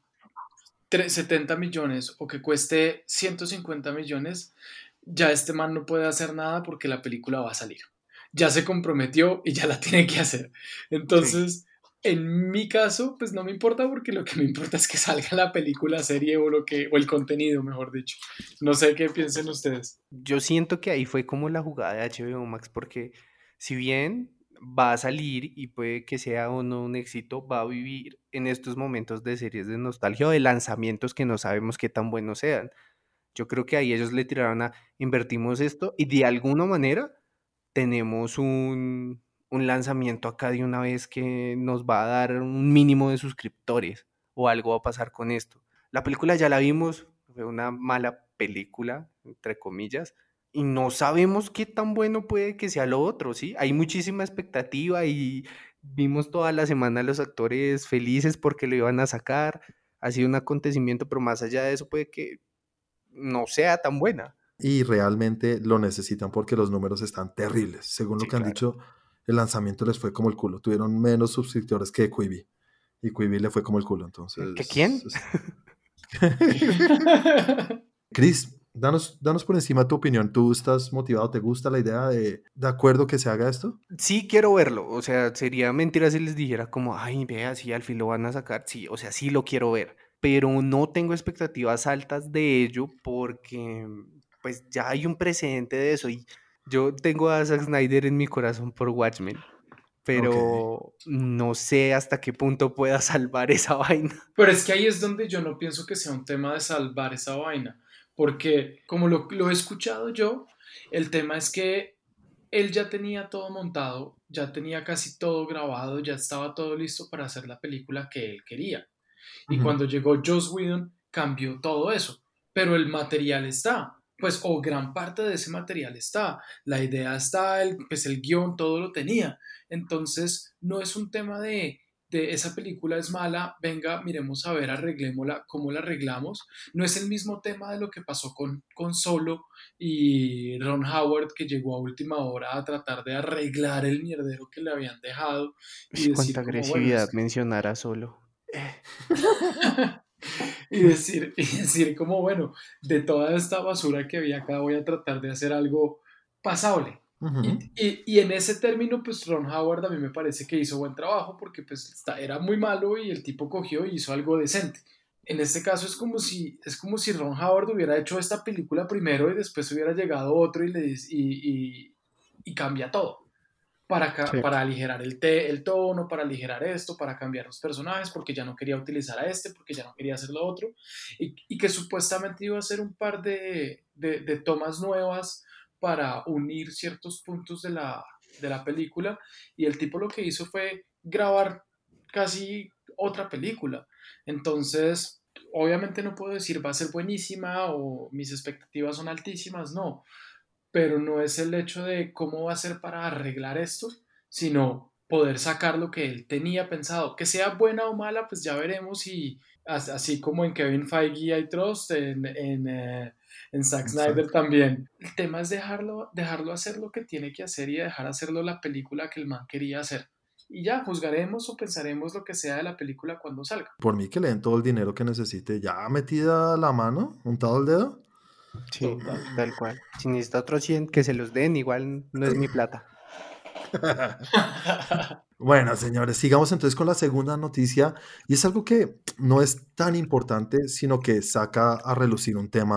setenta millones o que cueste ciento cincuenta millones, ya este man no puede hacer nada porque la película va a salir. Ya se comprometió y ya la tiene que hacer. Entonces, sí. En mi caso, pues no me importa porque lo que me importa es que salga la película, serie o, lo que, o el contenido, mejor dicho. No sé qué piensen ustedes. Yo siento que ahí fue como la jugada de H B O Max, porque si bien va a salir y puede que sea o no un éxito, va a vivir en estos momentos de series de nostalgia o de lanzamientos que no sabemos qué tan buenos sean. Yo creo que ahí ellos le tiraron a invertimos esto y de alguna manera tenemos un, un lanzamiento acá de una vez que nos va a dar un mínimo de suscriptores o algo va a pasar con esto. La película ya la vimos, fue una mala película, entre comillas, y no sabemos qué tan bueno puede que sea lo otro, ¿sí? Hay muchísima expectativa y vimos toda la semana a los actores felices porque lo iban a sacar, ha sido un acontecimiento, pero más allá de eso puede que no sea tan buena. Y realmente lo necesitan porque los números están terribles. Según lo Sí, que han claro. dicho, el lanzamiento les fue como el culo. Tuvieron menos suscriptores que Quibi. Y Quibi le fue como el culo, entonces... ¿Que quién? Chris, danos, danos por encima tu opinión. ¿Tú estás motivado? ¿Te gusta la idea de, de acuerdo que se haga esto? Sí quiero verlo, o sea, sería mentira si les dijera como, ay, vea, sí, al fin lo van a sacar, sí, o sea, sí lo quiero ver, pero no tengo expectativas altas de ello porque, pues, ya hay un precedente de eso y yo tengo a Zack Snyder en mi corazón por Watchmen, pero okay. No sé hasta qué punto pueda salvar esa vaina. Pero es que ahí es donde yo no pienso que sea un tema de salvar esa vaina, porque como lo, lo he escuchado yo, el tema es que él ya tenía todo montado, ya tenía casi todo grabado, ya estaba todo listo para hacer la película que él quería. Y uh-huh. Cuando llegó Joss Whedon, cambió todo eso, pero el material está, pues, o gran parte de ese material está, la idea está, el, pues el guión, todo lo tenía. Entonces, no es un tema de, de esa película es mala, venga, miremos a ver, arreglémosla, ¿cómo la arreglamos? No es el mismo tema de lo que pasó con, con Solo y Ron Howard, que llegó a última hora a tratar de arreglar el mierdero que le habían dejado. Y Cuánta decir agresividad como, bueno, mencionar a Solo. y, decir, y decir como, bueno, de toda esta basura que había acá voy a tratar de hacer algo pasable. Uh-huh. Y, y, y en ese término, pues Ron Howard a mí me parece que hizo buen trabajo porque pues está, era muy malo y el tipo cogió y hizo algo decente. En este caso es como si, es como si Ron Howard hubiera hecho esta película primero y después hubiera llegado otro y, le, y, y, y cambia todo para, sí. para aligerar el, te, el tono, para aligerar esto, para cambiar los personajes porque ya no quería utilizar a este, porque ya no quería hacer lo otro y, y que supuestamente iba a hacer un par de, de, de tomas nuevas para unir ciertos puntos de la, de la película y el tipo lo que hizo fue grabar casi otra película. Entonces, obviamente no puedo decir va a ser buenísima o mis expectativas son altísimas, no, pero no es el hecho de cómo va a ser para arreglar esto, sino poder sacar lo que él tenía pensado. Que sea buena o mala, pues ya veremos y así como en Kevin Feige hay trust, en... en eh, en Zack Snyder Exacto. También. El tema es dejarlo, dejarlo hacer lo que tiene que hacer y dejar hacerlo la película que el man quería hacer. Y ya, juzgaremos o pensaremos lo que sea de la película cuando salga. Por mí que le den todo el dinero que necesite, ya metida la mano, untado el dedo. Sí, Total. Tal cual. Si necesita otros cien, que se los den, igual no es mi plata. Bueno, señores, sigamos entonces con la segunda noticia y es algo que no es tan importante, sino que saca a relucir un tema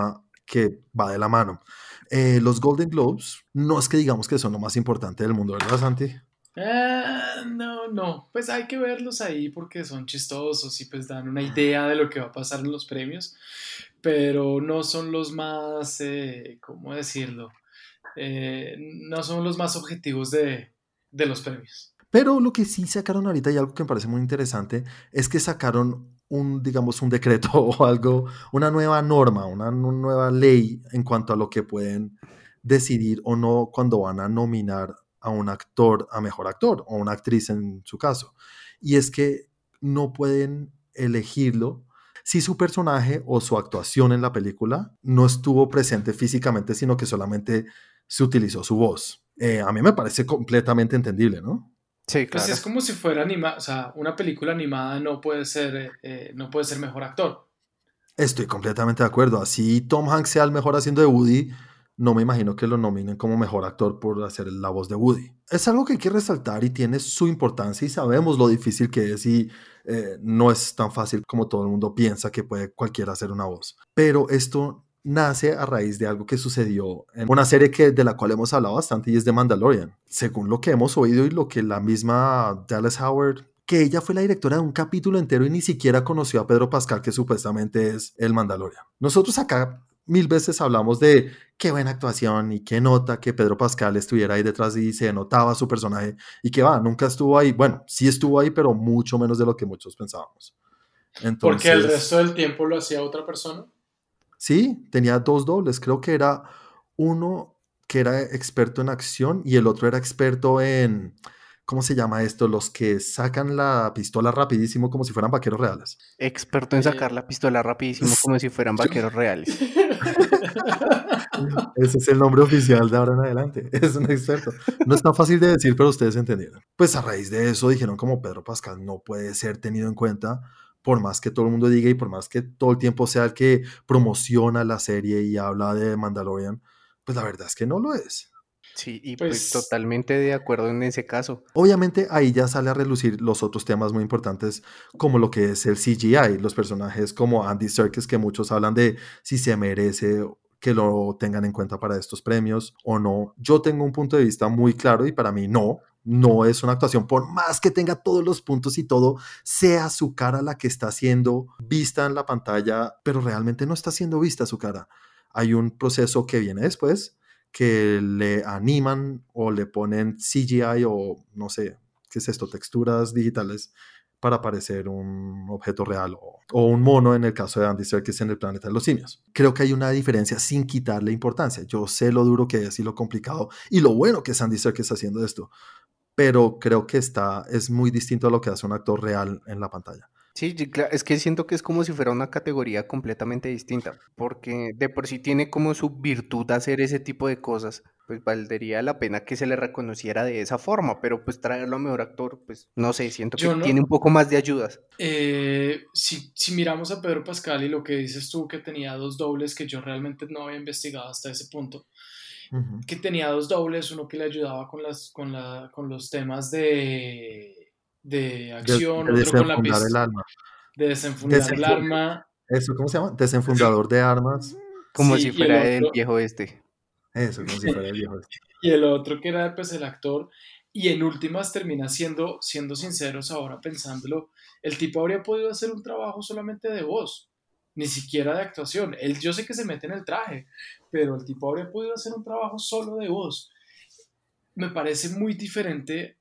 que va de la mano. Eh, los Golden Globes no es que digamos que son lo más importante del mundo, ¿verdad, Santi? Ah, no, no, pues hay que verlos ahí porque son chistosos y pues dan una idea de lo que va a pasar en los premios, pero no son los más, eh, ¿cómo decirlo? Eh, no son los más objetivos de, de los premios. Pero lo que sí sacaron ahorita y algo que me parece muy interesante es que sacaron un, digamos, un decreto o algo, una nueva norma, una nu- nueva ley en cuanto a lo que pueden decidir o no cuando van a nominar a un actor a mejor actor o una actriz en su caso. Y es que no pueden elegirlo si su personaje o su actuación en la película no estuvo presente físicamente, sino que solamente se utilizó su voz. Eh, a mí me parece completamente entendible, ¿no? Sí, Pues claro. es como si fuera animada, o sea, una película animada no puede ser, eh, eh, no puede ser mejor actor. Estoy completamente de acuerdo. Así Tom Hanks sea el mejor haciendo de Woody, no me imagino que lo nominen como mejor actor por hacer la voz de Woody. Es algo que hay que resaltar y tiene su importancia y sabemos lo difícil que es y eh, no es tan fácil como todo el mundo piensa que puede cualquiera hacer una voz. Pero esto nace a raíz de algo que sucedió en una serie que, de la cual hemos hablado bastante y es The Mandalorian. Según lo que hemos oído y lo que la misma Dallas Howard, que ella fue la directora de un capítulo entero y ni siquiera conoció a Pedro Pascal, que supuestamente es el Mandalorian. Nosotros acá mil veces hablamos de qué buena actuación y qué nota que Pedro Pascal estuviera ahí detrás y se notaba su personaje y que va, nunca estuvo ahí. Bueno, sí estuvo ahí, pero mucho menos de lo que muchos pensábamos. Porque el resto Entonces, del tiempo lo hacía otra persona. sí, tenía dos dobles. Creo que era uno que era experto en acción y el otro era experto en, ¿cómo se llama esto? Los que sacan la pistola rapidísimo como si fueran vaqueros reales. Experto en Eh, sacar la pistola rapidísimo como si fueran vaqueros reales. Ese es el nombre oficial de ahora en adelante. Es un experto. No es tan fácil de decir, pero ustedes entendieron. Pues a raíz de eso dijeron como Pedro Pascal no puede ser tenido en cuenta por más que todo el mundo diga y por más que todo el tiempo sea el que promociona la serie y habla de Mandalorian, pues la verdad es que no lo es. Sí, y pues pues totalmente de acuerdo en ese caso. Obviamente ahí ya sale a relucir los otros temas muy importantes como lo que es el C G I, los personajes como Andy Serkis que muchos hablan de si se merece que lo tengan en cuenta para estos premios o no. Yo tengo un punto de vista muy claro y para mí no, no es una actuación, por más que tenga todos los puntos y todo, sea su cara la que está siendo vista en la pantalla, pero realmente no está siendo vista su cara. Hay un proceso que viene después que le animan o le ponen C G I o no sé, ¿qué es esto? Texturas digitales para parecer un objeto real o, o un mono en el caso de Andy Serkis en el planeta de los simios. Creo que hay una diferencia sin quitarle importancia. Yo sé lo duro que es y lo complicado y lo bueno que es Andy Serkis haciendo esto, pero creo que está, es muy distinto a lo que hace un actor real en la pantalla. Sí, y cla- es que siento que es como si fuera una categoría completamente distinta, porque de por sí tiene como su virtud hacer ese tipo de cosas, pues valdría la pena que se le reconociera de esa forma, pero pues traerlo a mejor actor, pues no sé, siento que yo tiene no. un poco más de ayudas. Eh, si, si miramos a Pedro Pascal y lo que dices tú, que tenía dos dobles que yo realmente no había investigado hasta ese punto, Ujú. que tenía dos dobles, uno que le ayudaba con, las, con, la, con los temas de, de De, acción, de otro con la desenfundar el pista, alma. de desenfundar el Desenfu- arma, Eso, ¿cómo se llama? Desenfundador de armas. Como sí, si y el fuera el otro, viejo este. Eso, como si fuera el viejo. y el otro que era pues el actor, y en últimas termina siendo, siendo sinceros ahora pensándolo, el tipo habría podido hacer un trabajo solamente de voz, ni siquiera de actuación. Él, yo sé que se mete en el traje, pero el tipo habría podido hacer un trabajo solo de voz. Me parece muy diferente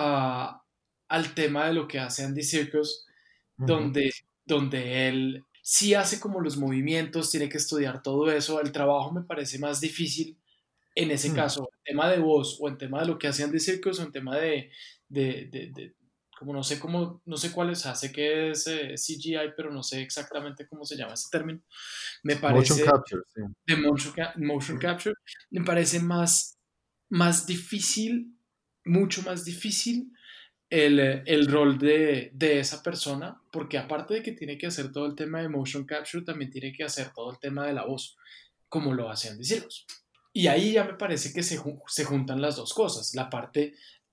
a, al tema de lo que hace Andy Serkis, Ujú. donde, donde él sí hace como los movimientos, tiene que estudiar todo eso. El trabajo me parece más difícil en ese Hmm. caso, en tema de voz o en tema de lo que hacían de circos o en tema de, de, de, de como no sé cómo, no sé cuál es, sé que es eh, C G I, pero no sé exactamente cómo se llama ese término, me Motion parece, capture, sí. de motion, motion capture, me parece más, más difícil, mucho más difícil el, eh, el rol de, de esa persona, porque aparte de que tiene que hacer todo el tema de motion capture, también tiene que hacer todo el tema de la voz, como lo hacen de circos. Y ahí ya me parece que se, ju- se juntan las dos cosas, la parte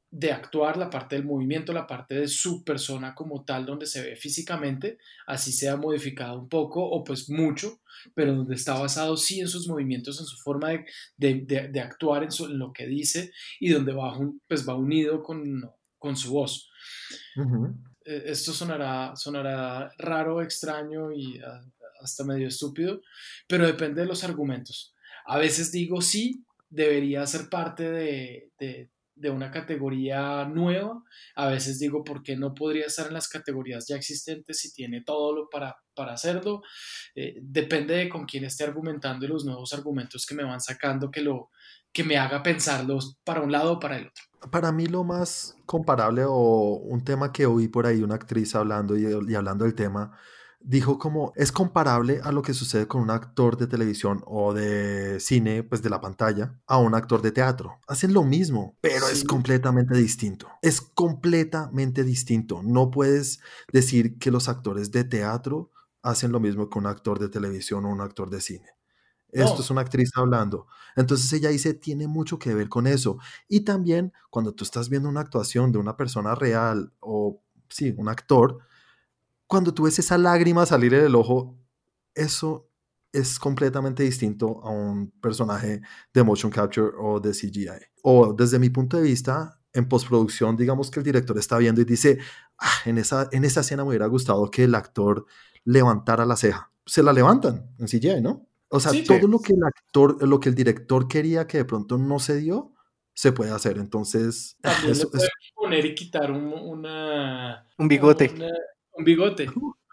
de actuar, la parte del movimiento, la parte de su persona como tal, donde se ve físicamente, así sea modificado un poco o pues mucho, pero donde está basado sí en sus movimientos, en su forma de, de, de, de actuar, en, su, en lo que dice y donde va, pues va unido con, con su voz. Uh-huh. Esto sonará, sonará raro, extraño y uh, hasta medio estúpido, pero depende de los argumentos. A veces digo sí, debería ser parte de, de, de una categoría nueva. A veces digo por qué no podría estar en las categorías ya existentes si tiene todo lo para, para hacerlo. Eh, depende de con quién esté argumentando y los nuevos argumentos que me van sacando que, lo, que me haga pensarlos para un lado o para el otro. Para mí lo más comparable o un tema que oí por ahí una actriz hablando y, y hablando del tema, dijo como es comparable a lo que sucede con un actor de televisión o de cine, pues de la pantalla, a un actor de teatro. Hacen lo mismo, pero sí. Es completamente distinto. Es completamente distinto. No puedes decir que los actores de teatro hacen lo mismo que un actor de televisión o un actor de cine. Esto no. Es una actriz hablando. Entonces ella dice, tiene mucho que ver con eso. Y también cuando tú estás viendo una actuación de una persona real o, sí, un actor, cuando tú ves esa lágrima salir del ojo, eso es completamente distinto a un personaje de motion capture o de C G I. O desde mi punto de vista, en postproducción, digamos que el director está viendo y dice, ah, en esa, en esa escena me hubiera gustado que el actor levantara la ceja. Se la levantan en C G I, ¿no? O sea, sí, todo sí. lo que el actor, lo que el director quería que de pronto no se dio, se puede hacer. Entonces, también eso, le pueden eso... poner y quitar un, una, un bigote. Una, un bigote.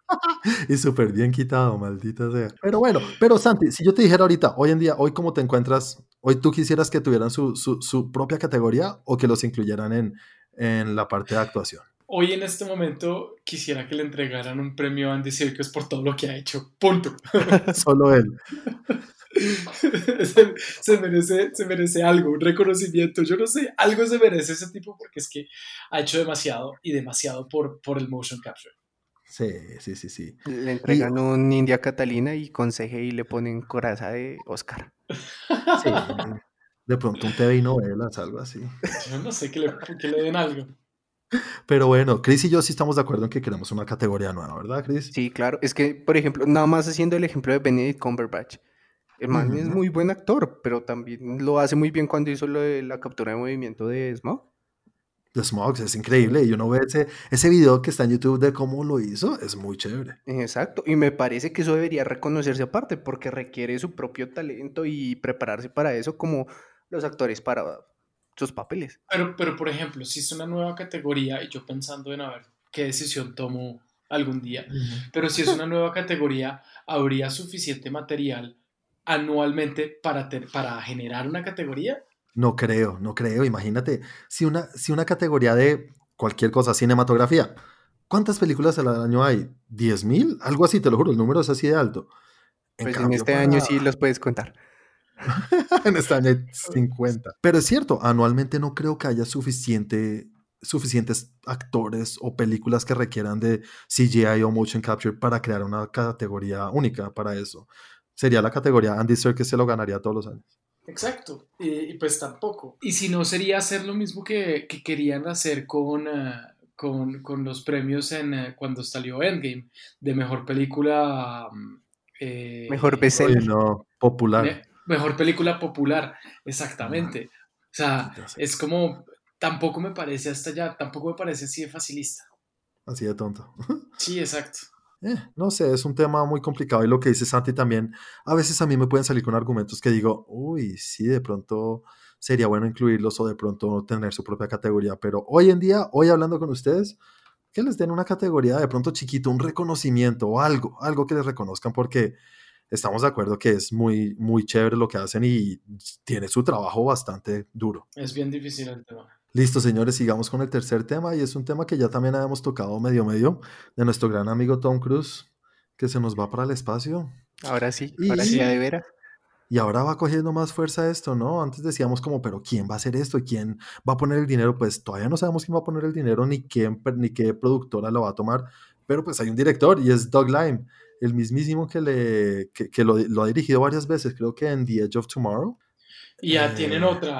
Y súper bien quitado, maldita sea. Pero bueno, pero Santi, si yo te dijera ahorita, hoy en día, hoy cómo te encuentras, hoy tú quisieras que tuvieran su, su, su propia categoría o que los incluyeran en, en la parte de actuación. Hoy en este momento quisiera que le entregaran un premio a Andy Serkis por todo lo que ha hecho. Punto. Solo él. se, se, merece, se merece algo, un reconocimiento. Yo no sé, algo se merece ese tipo porque es que ha hecho demasiado y demasiado por, por el motion capture. Sí, sí, sí, sí. Le entregan y... un India Catalina y con C G I le ponen coraza de Oscar. Sí, de pronto un T V y novelas, algo así. Yo no sé, que le, que le den algo. Pero bueno, Chris y yo sí estamos de acuerdo en que queremos una categoría nueva, ¿verdad, Chris? Sí, claro. Es que, por ejemplo, nada más haciendo el ejemplo de Benedict Cumberbatch. El man uh-huh. es muy buen actor, pero también lo hace muy bien cuando hizo lo de la captura de movimiento de Smog. De Smog, es increíble. Y uno ve ese, ese video que está en YouTube de cómo lo hizo, es muy chévere. Exacto, y me parece que eso debería reconocerse aparte, porque requiere su propio talento y prepararse para eso como los actores para sus papeles. Pero, pero por ejemplo, si es una nueva categoría, y yo pensando en a ver qué decisión tomo algún día, uh-huh. pero si es una nueva categoría, ¿habría suficiente material anualmente para, ter- para generar una categoría? No creo, no creo. Imagínate, si una, si una categoría de cualquier cosa, cinematografía, ¿cuántas películas al año hay? ¿diez mil? Algo así, te lo juro, el número es así de alto. En, pues cambio, en este para... año sí los puedes contar. En este año hay cincuenta. Pero es cierto, anualmente no creo que haya suficiente, suficientes actores o películas que requieran de C G I o motion capture para crear una categoría única para eso. Sería la categoría Andy Serkis, se lo ganaría todos los años. Exacto, y, y pues tampoco. Y si no, sería hacer lo mismo que, que querían hacer con, uh, con, con los premios en uh, cuando salió Endgame, de mejor película... Um, eh, mejor bestseller. No, popular. Me, mejor película popular, exactamente. No. O sea, es como... Tampoco me parece hasta allá, tampoco me parece así de facilista. Así de tonto. Sí, exacto. Eh, no sé, es un tema muy complicado y lo que dice Santi también, a veces a mí me pueden salir con argumentos que digo, uy, sí, de pronto sería bueno incluirlos o de pronto tener su propia categoría, pero hoy en día, hoy hablando con ustedes, que les den una categoría de pronto chiquito, un reconocimiento o algo, algo que les reconozcan porque estamos de acuerdo que es muy, muy chévere lo que hacen y tiene su trabajo bastante duro. Es bien difícil el tema. Listo, señores, sigamos con el tercer tema y es un tema que ya también habíamos tocado medio medio de nuestro gran amigo Tom Cruise, que se nos va para el espacio. Ahora sí, y, ahora sí, de veras. Y ahora va cogiendo más fuerza esto, ¿no? Antes decíamos como, pero ¿quién va a hacer esto? ¿Y quién va a poner el dinero? Pues todavía no sabemos quién va a poner el dinero ni, quién, ni qué productora lo va a tomar, pero pues hay un director y es Doug Liman, el mismísimo que, le, que, que lo, lo ha dirigido varias veces, creo que en The Edge of Tomorrow. Y ya eh... tienen otra...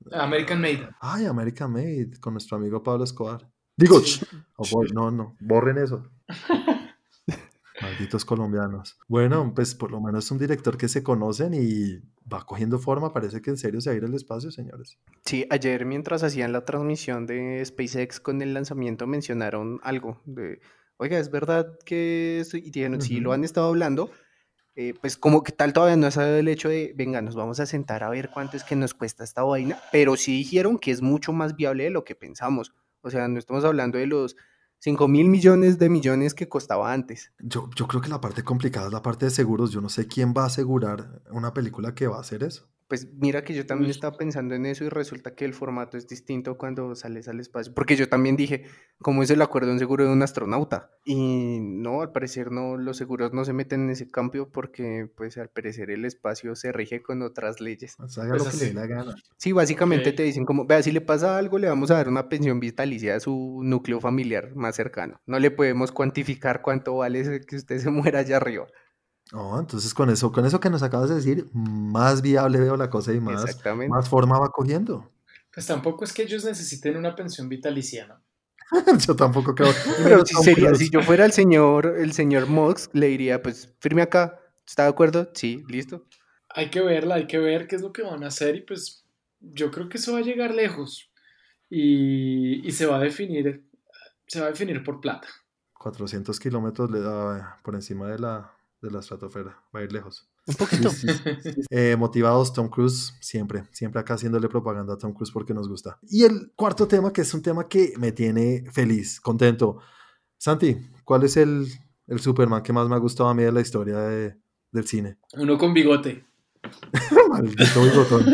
American Made. Ay, American Made, con nuestro amigo Pablo Escobar. Digo, Sí. oh, boy, no, no, borren eso. Malditos colombianos. Bueno, pues por lo menos es un director que se conocen y va cogiendo forma. Parece que en serio se va a ir al espacio, señores. Sí, ayer mientras hacían la transmisión de SpaceX con el lanzamiento mencionaron algo de, oiga, ¿es verdad que esto? Y dijeron, sí, lo Ujú. han estado hablando, eh, pues como que tal todavía no ha salido el hecho de, venga, nos vamos a sentar a ver cuánto es que nos cuesta esta vaina, pero sí dijeron que es mucho más viable de lo que pensamos. O sea, no estamos hablando de los cinco mil millones de millones que costaba antes. Yo, yo creo que la parte complicada es la parte de seguros. Yo no sé quién va a asegurar una película que va a hacer eso. Pues mira que yo también Uy, estaba pensando en eso y resulta que el formato es distinto cuando sales al espacio. Porque yo también dije, ¿cómo es el acuerdo de un seguro de un astronauta? Y no, al parecer no, los seguros no se meten en ese cambio porque pues al parecer el espacio se rige con otras leyes. O sea, haga pues lo que le dé así. la gana. Sí, Ok. básicamente te dicen como, vea, si le pasa algo, le vamos a dar una pensión vitalicia a su núcleo familiar más cercano. No le podemos cuantificar cuánto vale que usted se muera allá arriba. Oh, entonces con eso, con eso que nos acabas de decir, más viable veo la cosa y más, más Exactamente. forma va cogiendo. Pues tampoco es que ellos necesiten una pensión vitalicia, ¿no? Yo tampoco creo. Y Pero menos si Tom sería, si Cruise. yo fuera el señor, el señor Musk, le diría, pues, firme acá, ¿está de acuerdo? Sí, listo. Hay que verla, hay que ver qué es lo que van a hacer y pues yo creo que eso va a llegar lejos y, y se va a definir, se va a definir por plata. cuatrocientos kilómetros le da por encima de la, de la estratosfera. Va a ir lejos. Un Sí, poquito. sí, sí, sí. Eh, motivados, Tom Cruise, siempre, siempre acá haciéndole propaganda a Tom Cruise porque nos gusta. Y el cuarto tema, que es un tema que me tiene feliz, contento. Santi, ¿cuál es el, el Superman que más me ha gustado a mí de la historia de- del cine? Uno con bigote. Maldito bigotón.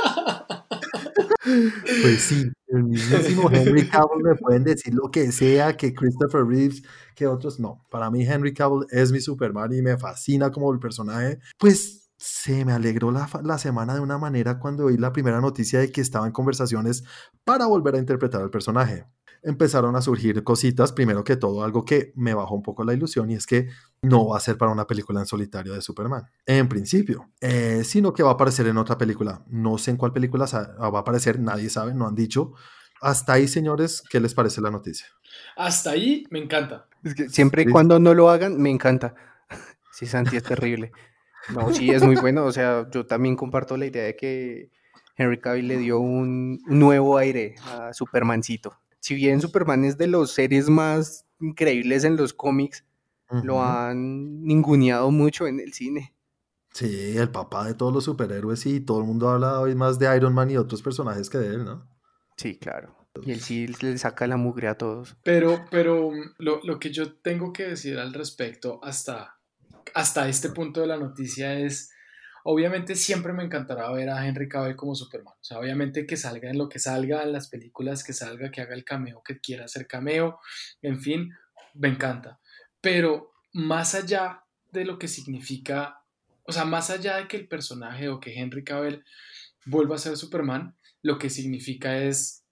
Pues sí, el mismísimo Henry Cavill, me pueden decir lo que sea, que Christopher Reeves, que otros, no. Para mí Henry Cavill es mi Superman y me fascina como el personaje. Pues se me alegró la, fa- la semana de una manera cuando oí la primera noticia de que estaba en conversaciones para volver a interpretar al personaje. Empezaron a surgir cositas, primero que todo, algo que me bajó un poco la ilusión, y es que no va a ser para una película en solitario de Superman, en principio, eh, sino que va a aparecer en otra película. No sé en cuál película sa- va a aparecer, nadie sabe, no han dicho. Hasta ahí, señores, ¿qué les parece la noticia? Hasta ahí me encanta. Es que siempre y Sí. cuando no lo hagan, me encanta. Sí, Santi, es terrible. No, sí, es muy bueno. O sea, yo también comparto la idea de que Henry Cavill le dio un, un nuevo aire a Supermancito. Si bien Superman es de los series más increíbles en los cómics, lo Ujú. han ninguneado mucho en el cine. Sí, el papá de todos los superhéroes, y todo el mundo habla hoy más de Iron Man y otros personajes que de él, ¿no? Sí, claro. Y él sí le saca la mugre a todos. Pero, pero mm, lo, lo que yo tengo que decir al respecto hasta, hasta este punto de la noticia es, obviamente siempre me encantará ver a Henry Cavill como Superman. O sea, obviamente que salga en lo que salga, en las películas que salga, que haga el cameo que quiera hacer cameo, en fin, me encanta. Pero más allá de lo que significa, o sea, más allá de que el personaje o que Henry Cavill vuelva a ser Superman, lo que significa es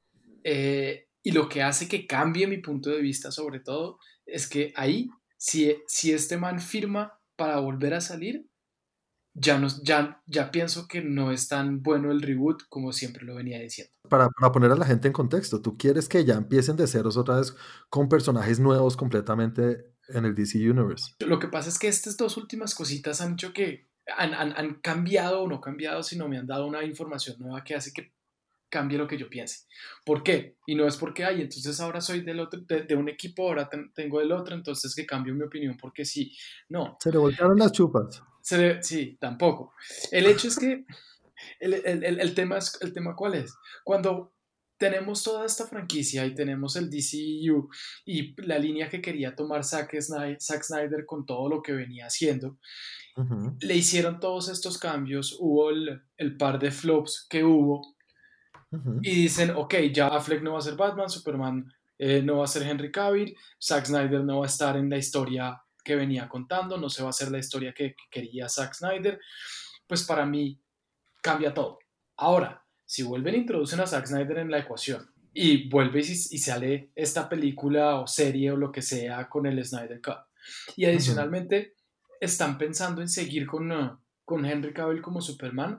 eh, y lo que hace que cambie mi punto de vista sobre todo es que ahí, si, si este man firma para volver a salir, ya, no, ya, ya pienso que no es tan bueno el reboot como siempre lo venía diciendo. Para, para poner a la gente en contexto, tú quieres que ya empiecen de ceros otra vez con personajes nuevos completamente en el D C Universe. Lo que pasa es que estas dos últimas cositas han hecho que han, han, han cambiado o no cambiado, sino me han dado una información nueva que hace que cambie lo que yo piense. ¿Por qué? Y no es porque, ay, entonces ahora soy del otro, de, de un equipo, ahora ten, tengo del otro, entonces que cambio mi opinión porque sí. No, Se le voltearon las chupas. se le, sí, tampoco. El hecho es que el, el, el, el, tema es, el tema cuál es. Cuando tenemos toda esta franquicia y tenemos el D C U y la línea que quería tomar Zack Snyder, Zack Snyder con todo lo que venía haciendo, Ujú, le hicieron todos estos cambios, hubo el, el par de flops que hubo, ujú. y dicen, ok, ya Affleck no va a ser Batman, Superman eh, no va a ser Henry Cavill, Zack Snyder no va a estar en la historia que venía contando, no se va a hacer la historia que, que quería Zack Snyder, pues para mí cambia todo. Ahora, si vuelven a introducen a Zack Snyder en la ecuación y vuelve y, y sale esta película o serie o lo que sea con el Snyder Cut, y Ujú. adicionalmente están pensando en seguir con, uh, con Henry Cavill como Superman,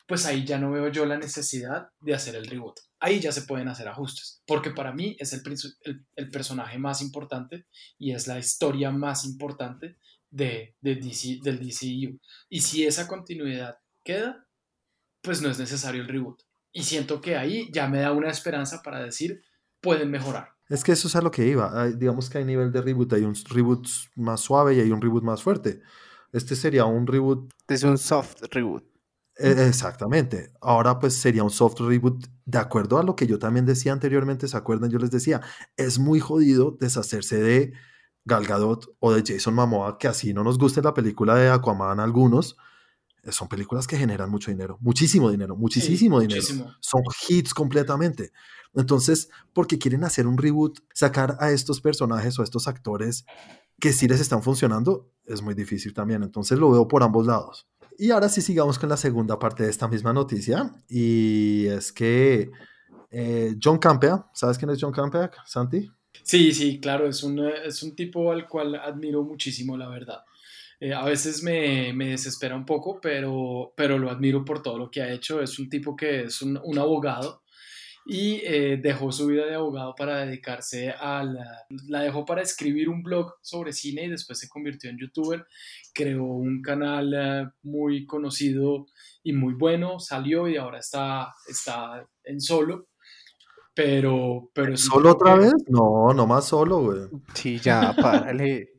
pues ahí ya no veo yo la necesidad de hacer el reboot. Ahí ya se pueden hacer ajustes, porque para mí es el, el, el personaje más importante y es la historia más importante de, de D C, del D C U. Y si esa continuidad queda, pues no es necesario el reboot. Y siento que ahí ya me da una esperanza para decir, pueden mejorar. Es que eso es a lo que iba. Hay, digamos que hay nivel de reboot. Hay un reboot más suave y hay un reboot más fuerte. Este sería un reboot... Es un soft reboot. Eh, exactamente. Ahora pues sería un soft reboot de acuerdo a lo que yo también decía anteriormente. ¿Se acuerdan? Yo les decía, es muy jodido deshacerse de Gal Gadot o de Jason Momoa, que así no nos guste la película de Aquaman a algunos. Son películas que generan mucho dinero, muchísimo dinero, muchísimo sí, dinero. Muchísimo. Son hits completamente. Entonces, porque quieren hacer un reboot, sacar a estos personajes o a estos actores que sí les están funcionando, es muy difícil también. Entonces lo veo por ambos lados. Y ahora sí sigamos con la segunda parte de esta misma noticia. Y es que eh, John Campea, ¿sabes quién es John Campea, Santi? Sí, sí, claro, es un, es un tipo al cual admiro muchísimo, la verdad. Eh, a veces me, me desespera un poco, pero, pero lo admiro por todo lo que ha hecho. Es un tipo que es un, un abogado y eh, dejó su vida de abogado para dedicarse a la... La dejó para escribir un blog sobre cine y después se convirtió en youtuber. Creó un canal uh, muy conocido y muy bueno, salió y ahora está, está en solo. Pero, pero es ¿Solo otra que... vez? No, no más solo, güey. Sí, ya, párale.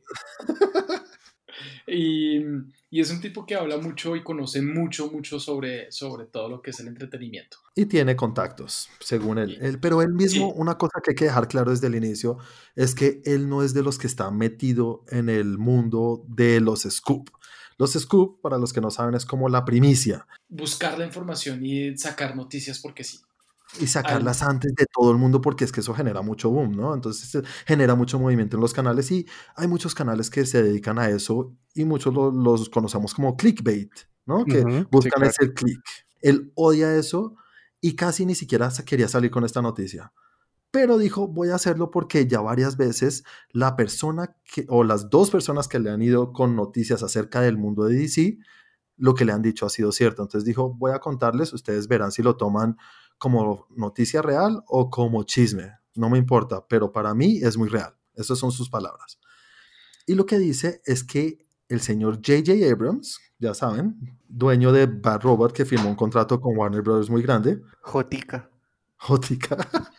Y, y es un tipo que habla mucho y conoce mucho, mucho sobre, sobre todo lo que es el entretenimiento. Y tiene contactos, según él. él pero él mismo, Sí. una cosa que hay que dejar claro desde el inicio, es que él no es de los que está metido en el mundo de los scoop. Los scoop, para los que no saben, es como la primicia. Buscar la información y sacar noticias porque sí. Y sacarlas Al... antes de todo el mundo, porque es que eso genera mucho boom, ¿no? Entonces genera mucho movimiento en los canales y hay muchos canales que se dedican a eso y muchos lo, los conocemos como clickbait, ¿no? Que Uh-huh, buscan sí, claro. ese click. Él odia eso y casi ni siquiera quería salir con esta noticia. Pero dijo, voy a hacerlo porque ya varias veces la persona que, o las dos personas que le han ido con noticias acerca del mundo de D C, lo que le han dicho ha sido cierto. Entonces dijo, voy a contarles, ustedes verán si lo toman como noticia real o como chisme, no me importa, pero para mí es muy real. Esas son sus palabras. Y lo que dice es que el señor J J Abrams, ya saben, dueño de Bad Robot, que firmó un contrato con Warner Brothers muy grande. Jotica. Jotica.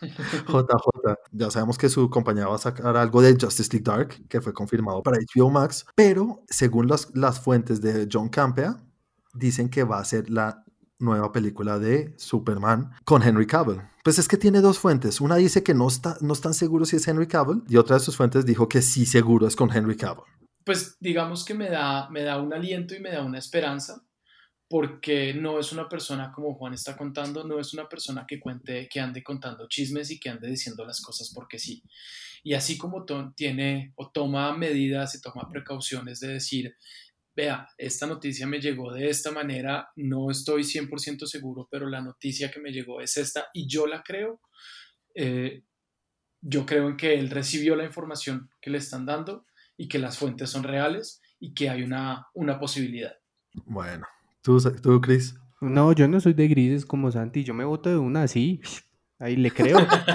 J J. Ya sabemos que su compañía va a sacar algo de Justice League Dark, que fue confirmado para H B O Max, pero según las, las fuentes de John Campea, dicen que va a ser la nueva película de Superman con Henry Cavill. Pues es que tiene dos fuentes. Una dice que no, está, no están seguros si es Henry Cavill y otra de sus fuentes dijo que sí seguro es con Henry Cavill. Pues digamos que me da, me da un aliento y me da una esperanza porque no es una persona como Juan está contando, no es una persona que cuente, que ande contando chismes y que ande diciendo las cosas porque sí. Y así como to- tiene o toma medidas y toma precauciones de decir, vea, esta noticia me llegó de esta manera, no estoy cien por ciento seguro, pero la noticia que me llegó es esta y yo la creo. Eh, yo creo en que él recibió la información que le están dando y que las fuentes son reales y que hay una, una posibilidad. Bueno, ¿tú, tú Chris? No, yo no soy de grises como Santi, yo me voto de una así, ahí le creo.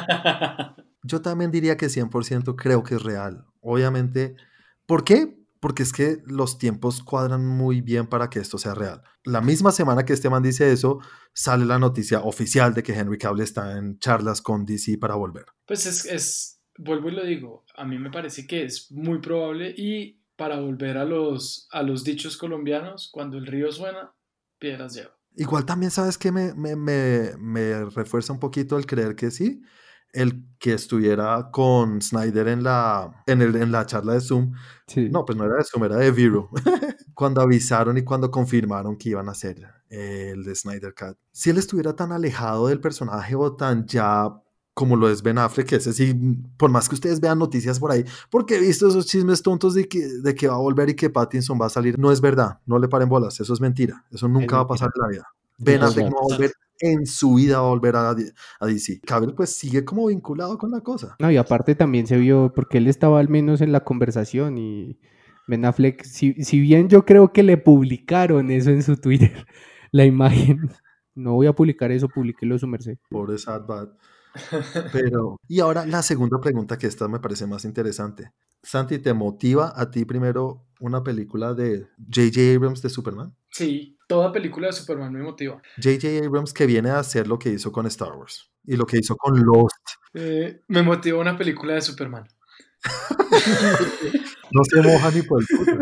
Yo también diría que cien por ciento creo que es real. Obviamente, ¿por qué? Porque es que los tiempos cuadran muy bien para que esto sea real. La misma semana que este man dice eso, sale la noticia oficial de que Henry Cavill está en charlas con D C para volver. Pues es, es, vuelvo y lo digo, a mí me parece que es muy probable y para volver a los, a los dichos colombianos, cuando el río suena, piedras lleva. Igual también, ¿sabes qué? Me, me, me, me refuerza un poquito el creer que sí. El que estuviera con Snyder en la, en el, en la charla de Zoom. Sí. No, pues no era de Zoom, era de Vero. Cuando avisaron y cuando confirmaron que iban a hacer eh, el de Snyder Cut. Si él estuviera tan alejado del personaje o tan ya como lo es Ben Affleck, que ese sí, por más que ustedes vean noticias por ahí, porque he visto esos chismes tontos de que, de que va a volver y que Pattinson va a salir. No es verdad, no le paren bolas, eso es mentira. Eso nunca es va a pasar en la vida. Ben no, Affleck no va a volver en su vida, va a volver a, a D C. Cavill pues sigue como vinculado con la cosa. No, y aparte también se vio, porque él estaba al menos en la conversación y Ben Affleck, si, si bien yo creo que le publicaron eso en su Twitter, la imagen, no voy a publicar eso, publíquelo su merced. Pobre Sad Bad. Pero, y ahora la segunda pregunta, que esta me parece más interesante. Santi, ¿te motiva a ti primero una película de J J Abrams de Superman? Sí, toda película de Superman me motiva. J J Abrams, que viene a hacer lo que hizo con Star Wars y lo que hizo con Lost. Eh, me motiva una película de Superman. No se moja ni por el puto.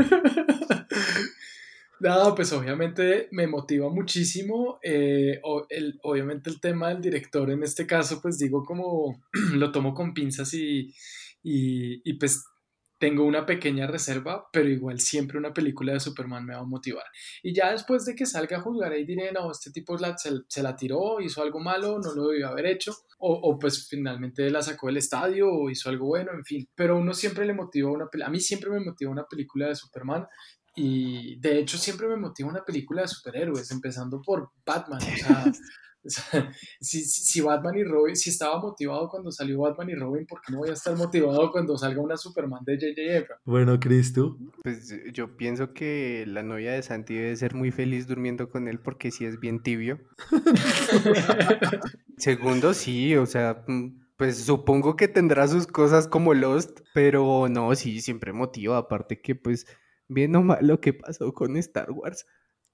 No, pues obviamente me motiva muchísimo, eh, o- el, obviamente el tema del director en este caso, pues digo como lo tomo con pinzas y, y, y pues tengo una pequeña reserva, pero igual siempre una película de Superman me va a motivar. Y ya después de que salga a juzgar y diré, no, este tipo la- se, se la tiró, hizo algo malo, no lo debió haber hecho, o, o pues finalmente la sacó del estadio o hizo algo bueno, en fin. Pero uno siempre le motiva una película, a mí siempre me motiva una película de Superman. Y de hecho siempre me motiva una película de superhéroes, empezando por Batman. O sea, o sea, si, si si Batman y Robin, si estaba motivado cuando salió Batman y Robin, ¿por qué no voy a estar motivado cuando salga una Superman de J J Abrams? Bueno, Chris, ¿tú? Pues eh, yo pienso que la novia de Santi debe ser muy feliz durmiendo con él porque sí es bien tibio. Segundo, sí, o sea, mm, pues supongo que tendrá sus cosas como Lost, pero no, sí, siempre motiva, aparte que pues bien o mal lo que pasó con Star Wars.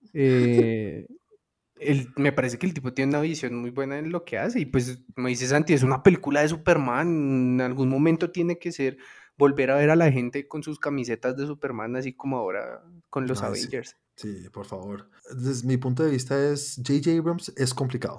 eh, el- me parece que el tipo tiene una visión muy buena en lo que hace y pues me dice Santi, es una película de Superman, en algún momento tiene que ser volver a ver a la gente con sus camisetas de Superman, así como ahora con los Ay, sí. Avengers. Sí, por favor. Desde mi punto de vista es, J J Abrams es complicado.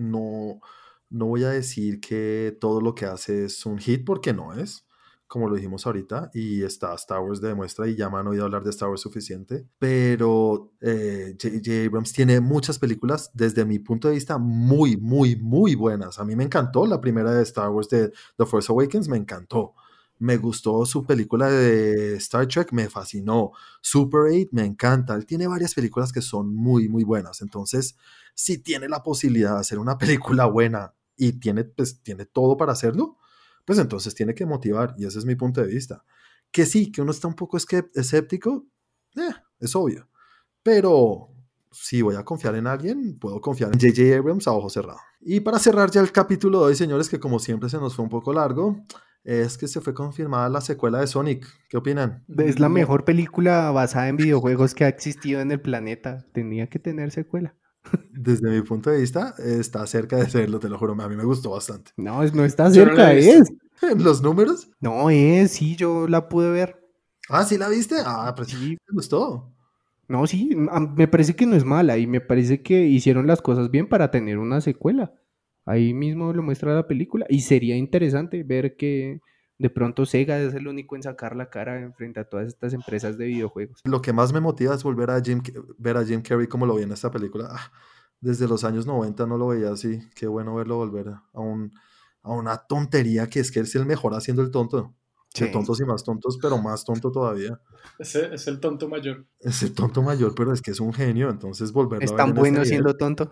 No, no voy a decir que todo lo que hace es un hit, porque no es, como lo dijimos ahorita, y está Star Wars de muestra y ya me han oído hablar de Star Wars suficiente, pero eh, J J Abrams tiene muchas películas, desde mi punto de vista, muy, muy, muy buenas. A mí me encantó la primera de Star Wars de The Force Awakens, me encantó. Me gustó su película de Star Trek, me fascinó. Super ocho me encanta. Él tiene varias películas que son muy, muy buenas. Entonces, si tiene la posibilidad de hacer una película buena y tiene, pues, tiene todo para hacerlo, pues entonces tiene que motivar. Y ese es mi punto de vista. Que sí, que uno está un poco esquep- escéptico, eh, es obvio. Pero si voy a confiar en alguien, puedo confiar en J J Abrams a ojo cerrado. Y para cerrar ya el capítulo de hoy, señores, que como siempre se nos fue un poco largo, es que se fue confirmada la secuela de Sonic. ¿Qué opinan? Es la No, mejor película basada en videojuegos que ha existido en el planeta. Tenía que tener secuela. Desde mi punto de vista, está cerca de serlo, te lo juro. A mí me gustó bastante. No, es- no está yo no la cerca, he visto. es. ¿Los números? No, es, sí, yo la pude ver. Ah, ¿sí la viste? Ah, pues Sí. me gustó. No, sí, a- me parece que no es mala y me parece que hicieron las cosas bien para tener una secuela. Ahí mismo lo muestra la película y sería interesante ver que de pronto Sega es el único en sacar la cara frente a todas estas empresas de videojuegos. Lo que más me motiva es volver a Jim, ver a Jim Carrey como lo vi en esta película. Ah, desde los años noventa no lo veía así. Qué bueno verlo volver a, un, a una tontería que es que él es el mejor haciendo el tonto. De Sí. tontos y más tontos, pero más tonto todavía. Ese es el tonto mayor. Ese tonto mayor, pero es que es un genio, entonces volverlo Es a ver tan en bueno este nivel. siendo tonto.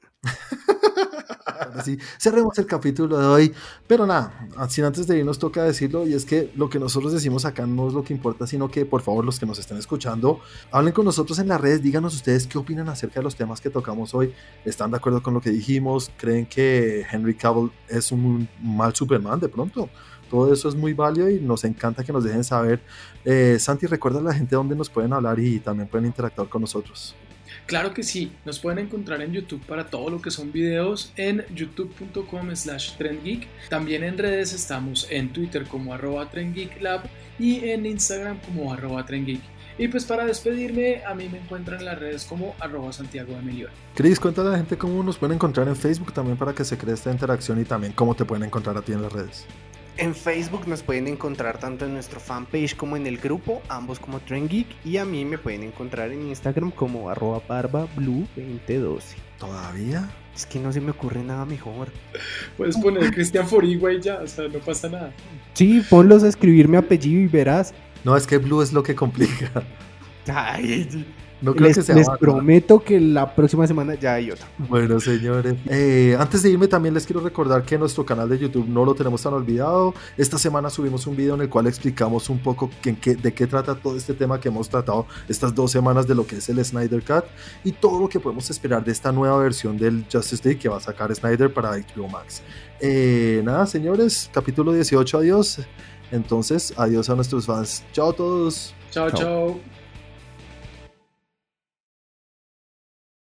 Ahora sí, cerremos el capítulo de hoy, pero nada, sin antes de irnos toca decirlo, y es que lo que nosotros decimos acá no es lo que importa, sino que por favor los que nos estén escuchando, hablen con nosotros en las redes, díganos ustedes qué opinan acerca de los temas que tocamos hoy. ¿Están de acuerdo con lo que dijimos? ¿Creen que Henry Cavill es un mal Superman de pronto? Todo eso es muy válido y nos encanta que nos dejen saber. eh, Santi, recuerda a la gente dónde nos pueden hablar y también pueden interactuar con nosotros. Claro que sí, nos pueden encontrar en YouTube para todo lo que son videos en youtube punto com slash trendgeek. También en redes estamos en Twitter como arroba trendgeeklab y en Instagram como arroba trendgeek. Y pues para despedirme, a mí me encuentran en las redes como arroba Santiago de Melior. Cris, cuéntale a la gente cómo nos pueden encontrar en Facebook también para que se cree esta interacción y también cómo te pueden encontrar a ti en las redes. En Facebook nos pueden encontrar tanto en nuestro fanpage como en el grupo, ambos como Trend Geek, y a mí me pueden encontrar en Instagram como arroba barbablue veinte doce. ¿Todavía? Es que no se me ocurre nada mejor. Puedes poner Cristian Forigua y ya, o sea, no pasa nada. Sí, ponlos a escribir mi apellido y verás. No, es que Blue es lo que complica. Ay, No creo les, que sea les Batman. prometo que la próxima semana ya hay otra. Bueno, señores, eh, antes de irme también les quiero recordar que nuestro canal de YouTube no lo tenemos tan olvidado. Esta semana subimos un video en el cual explicamos un poco en qué, de qué trata todo este tema que hemos tratado estas dos semanas de lo que es el Snyder Cut y todo lo que podemos esperar de esta nueva versión del Justice League que va a sacar Snyder para H B O Max. Eh, nada, señores, capítulo dieciocho, adiós. Entonces, adiós a nuestros fans. Chao a todos. Chao, Chao. chao.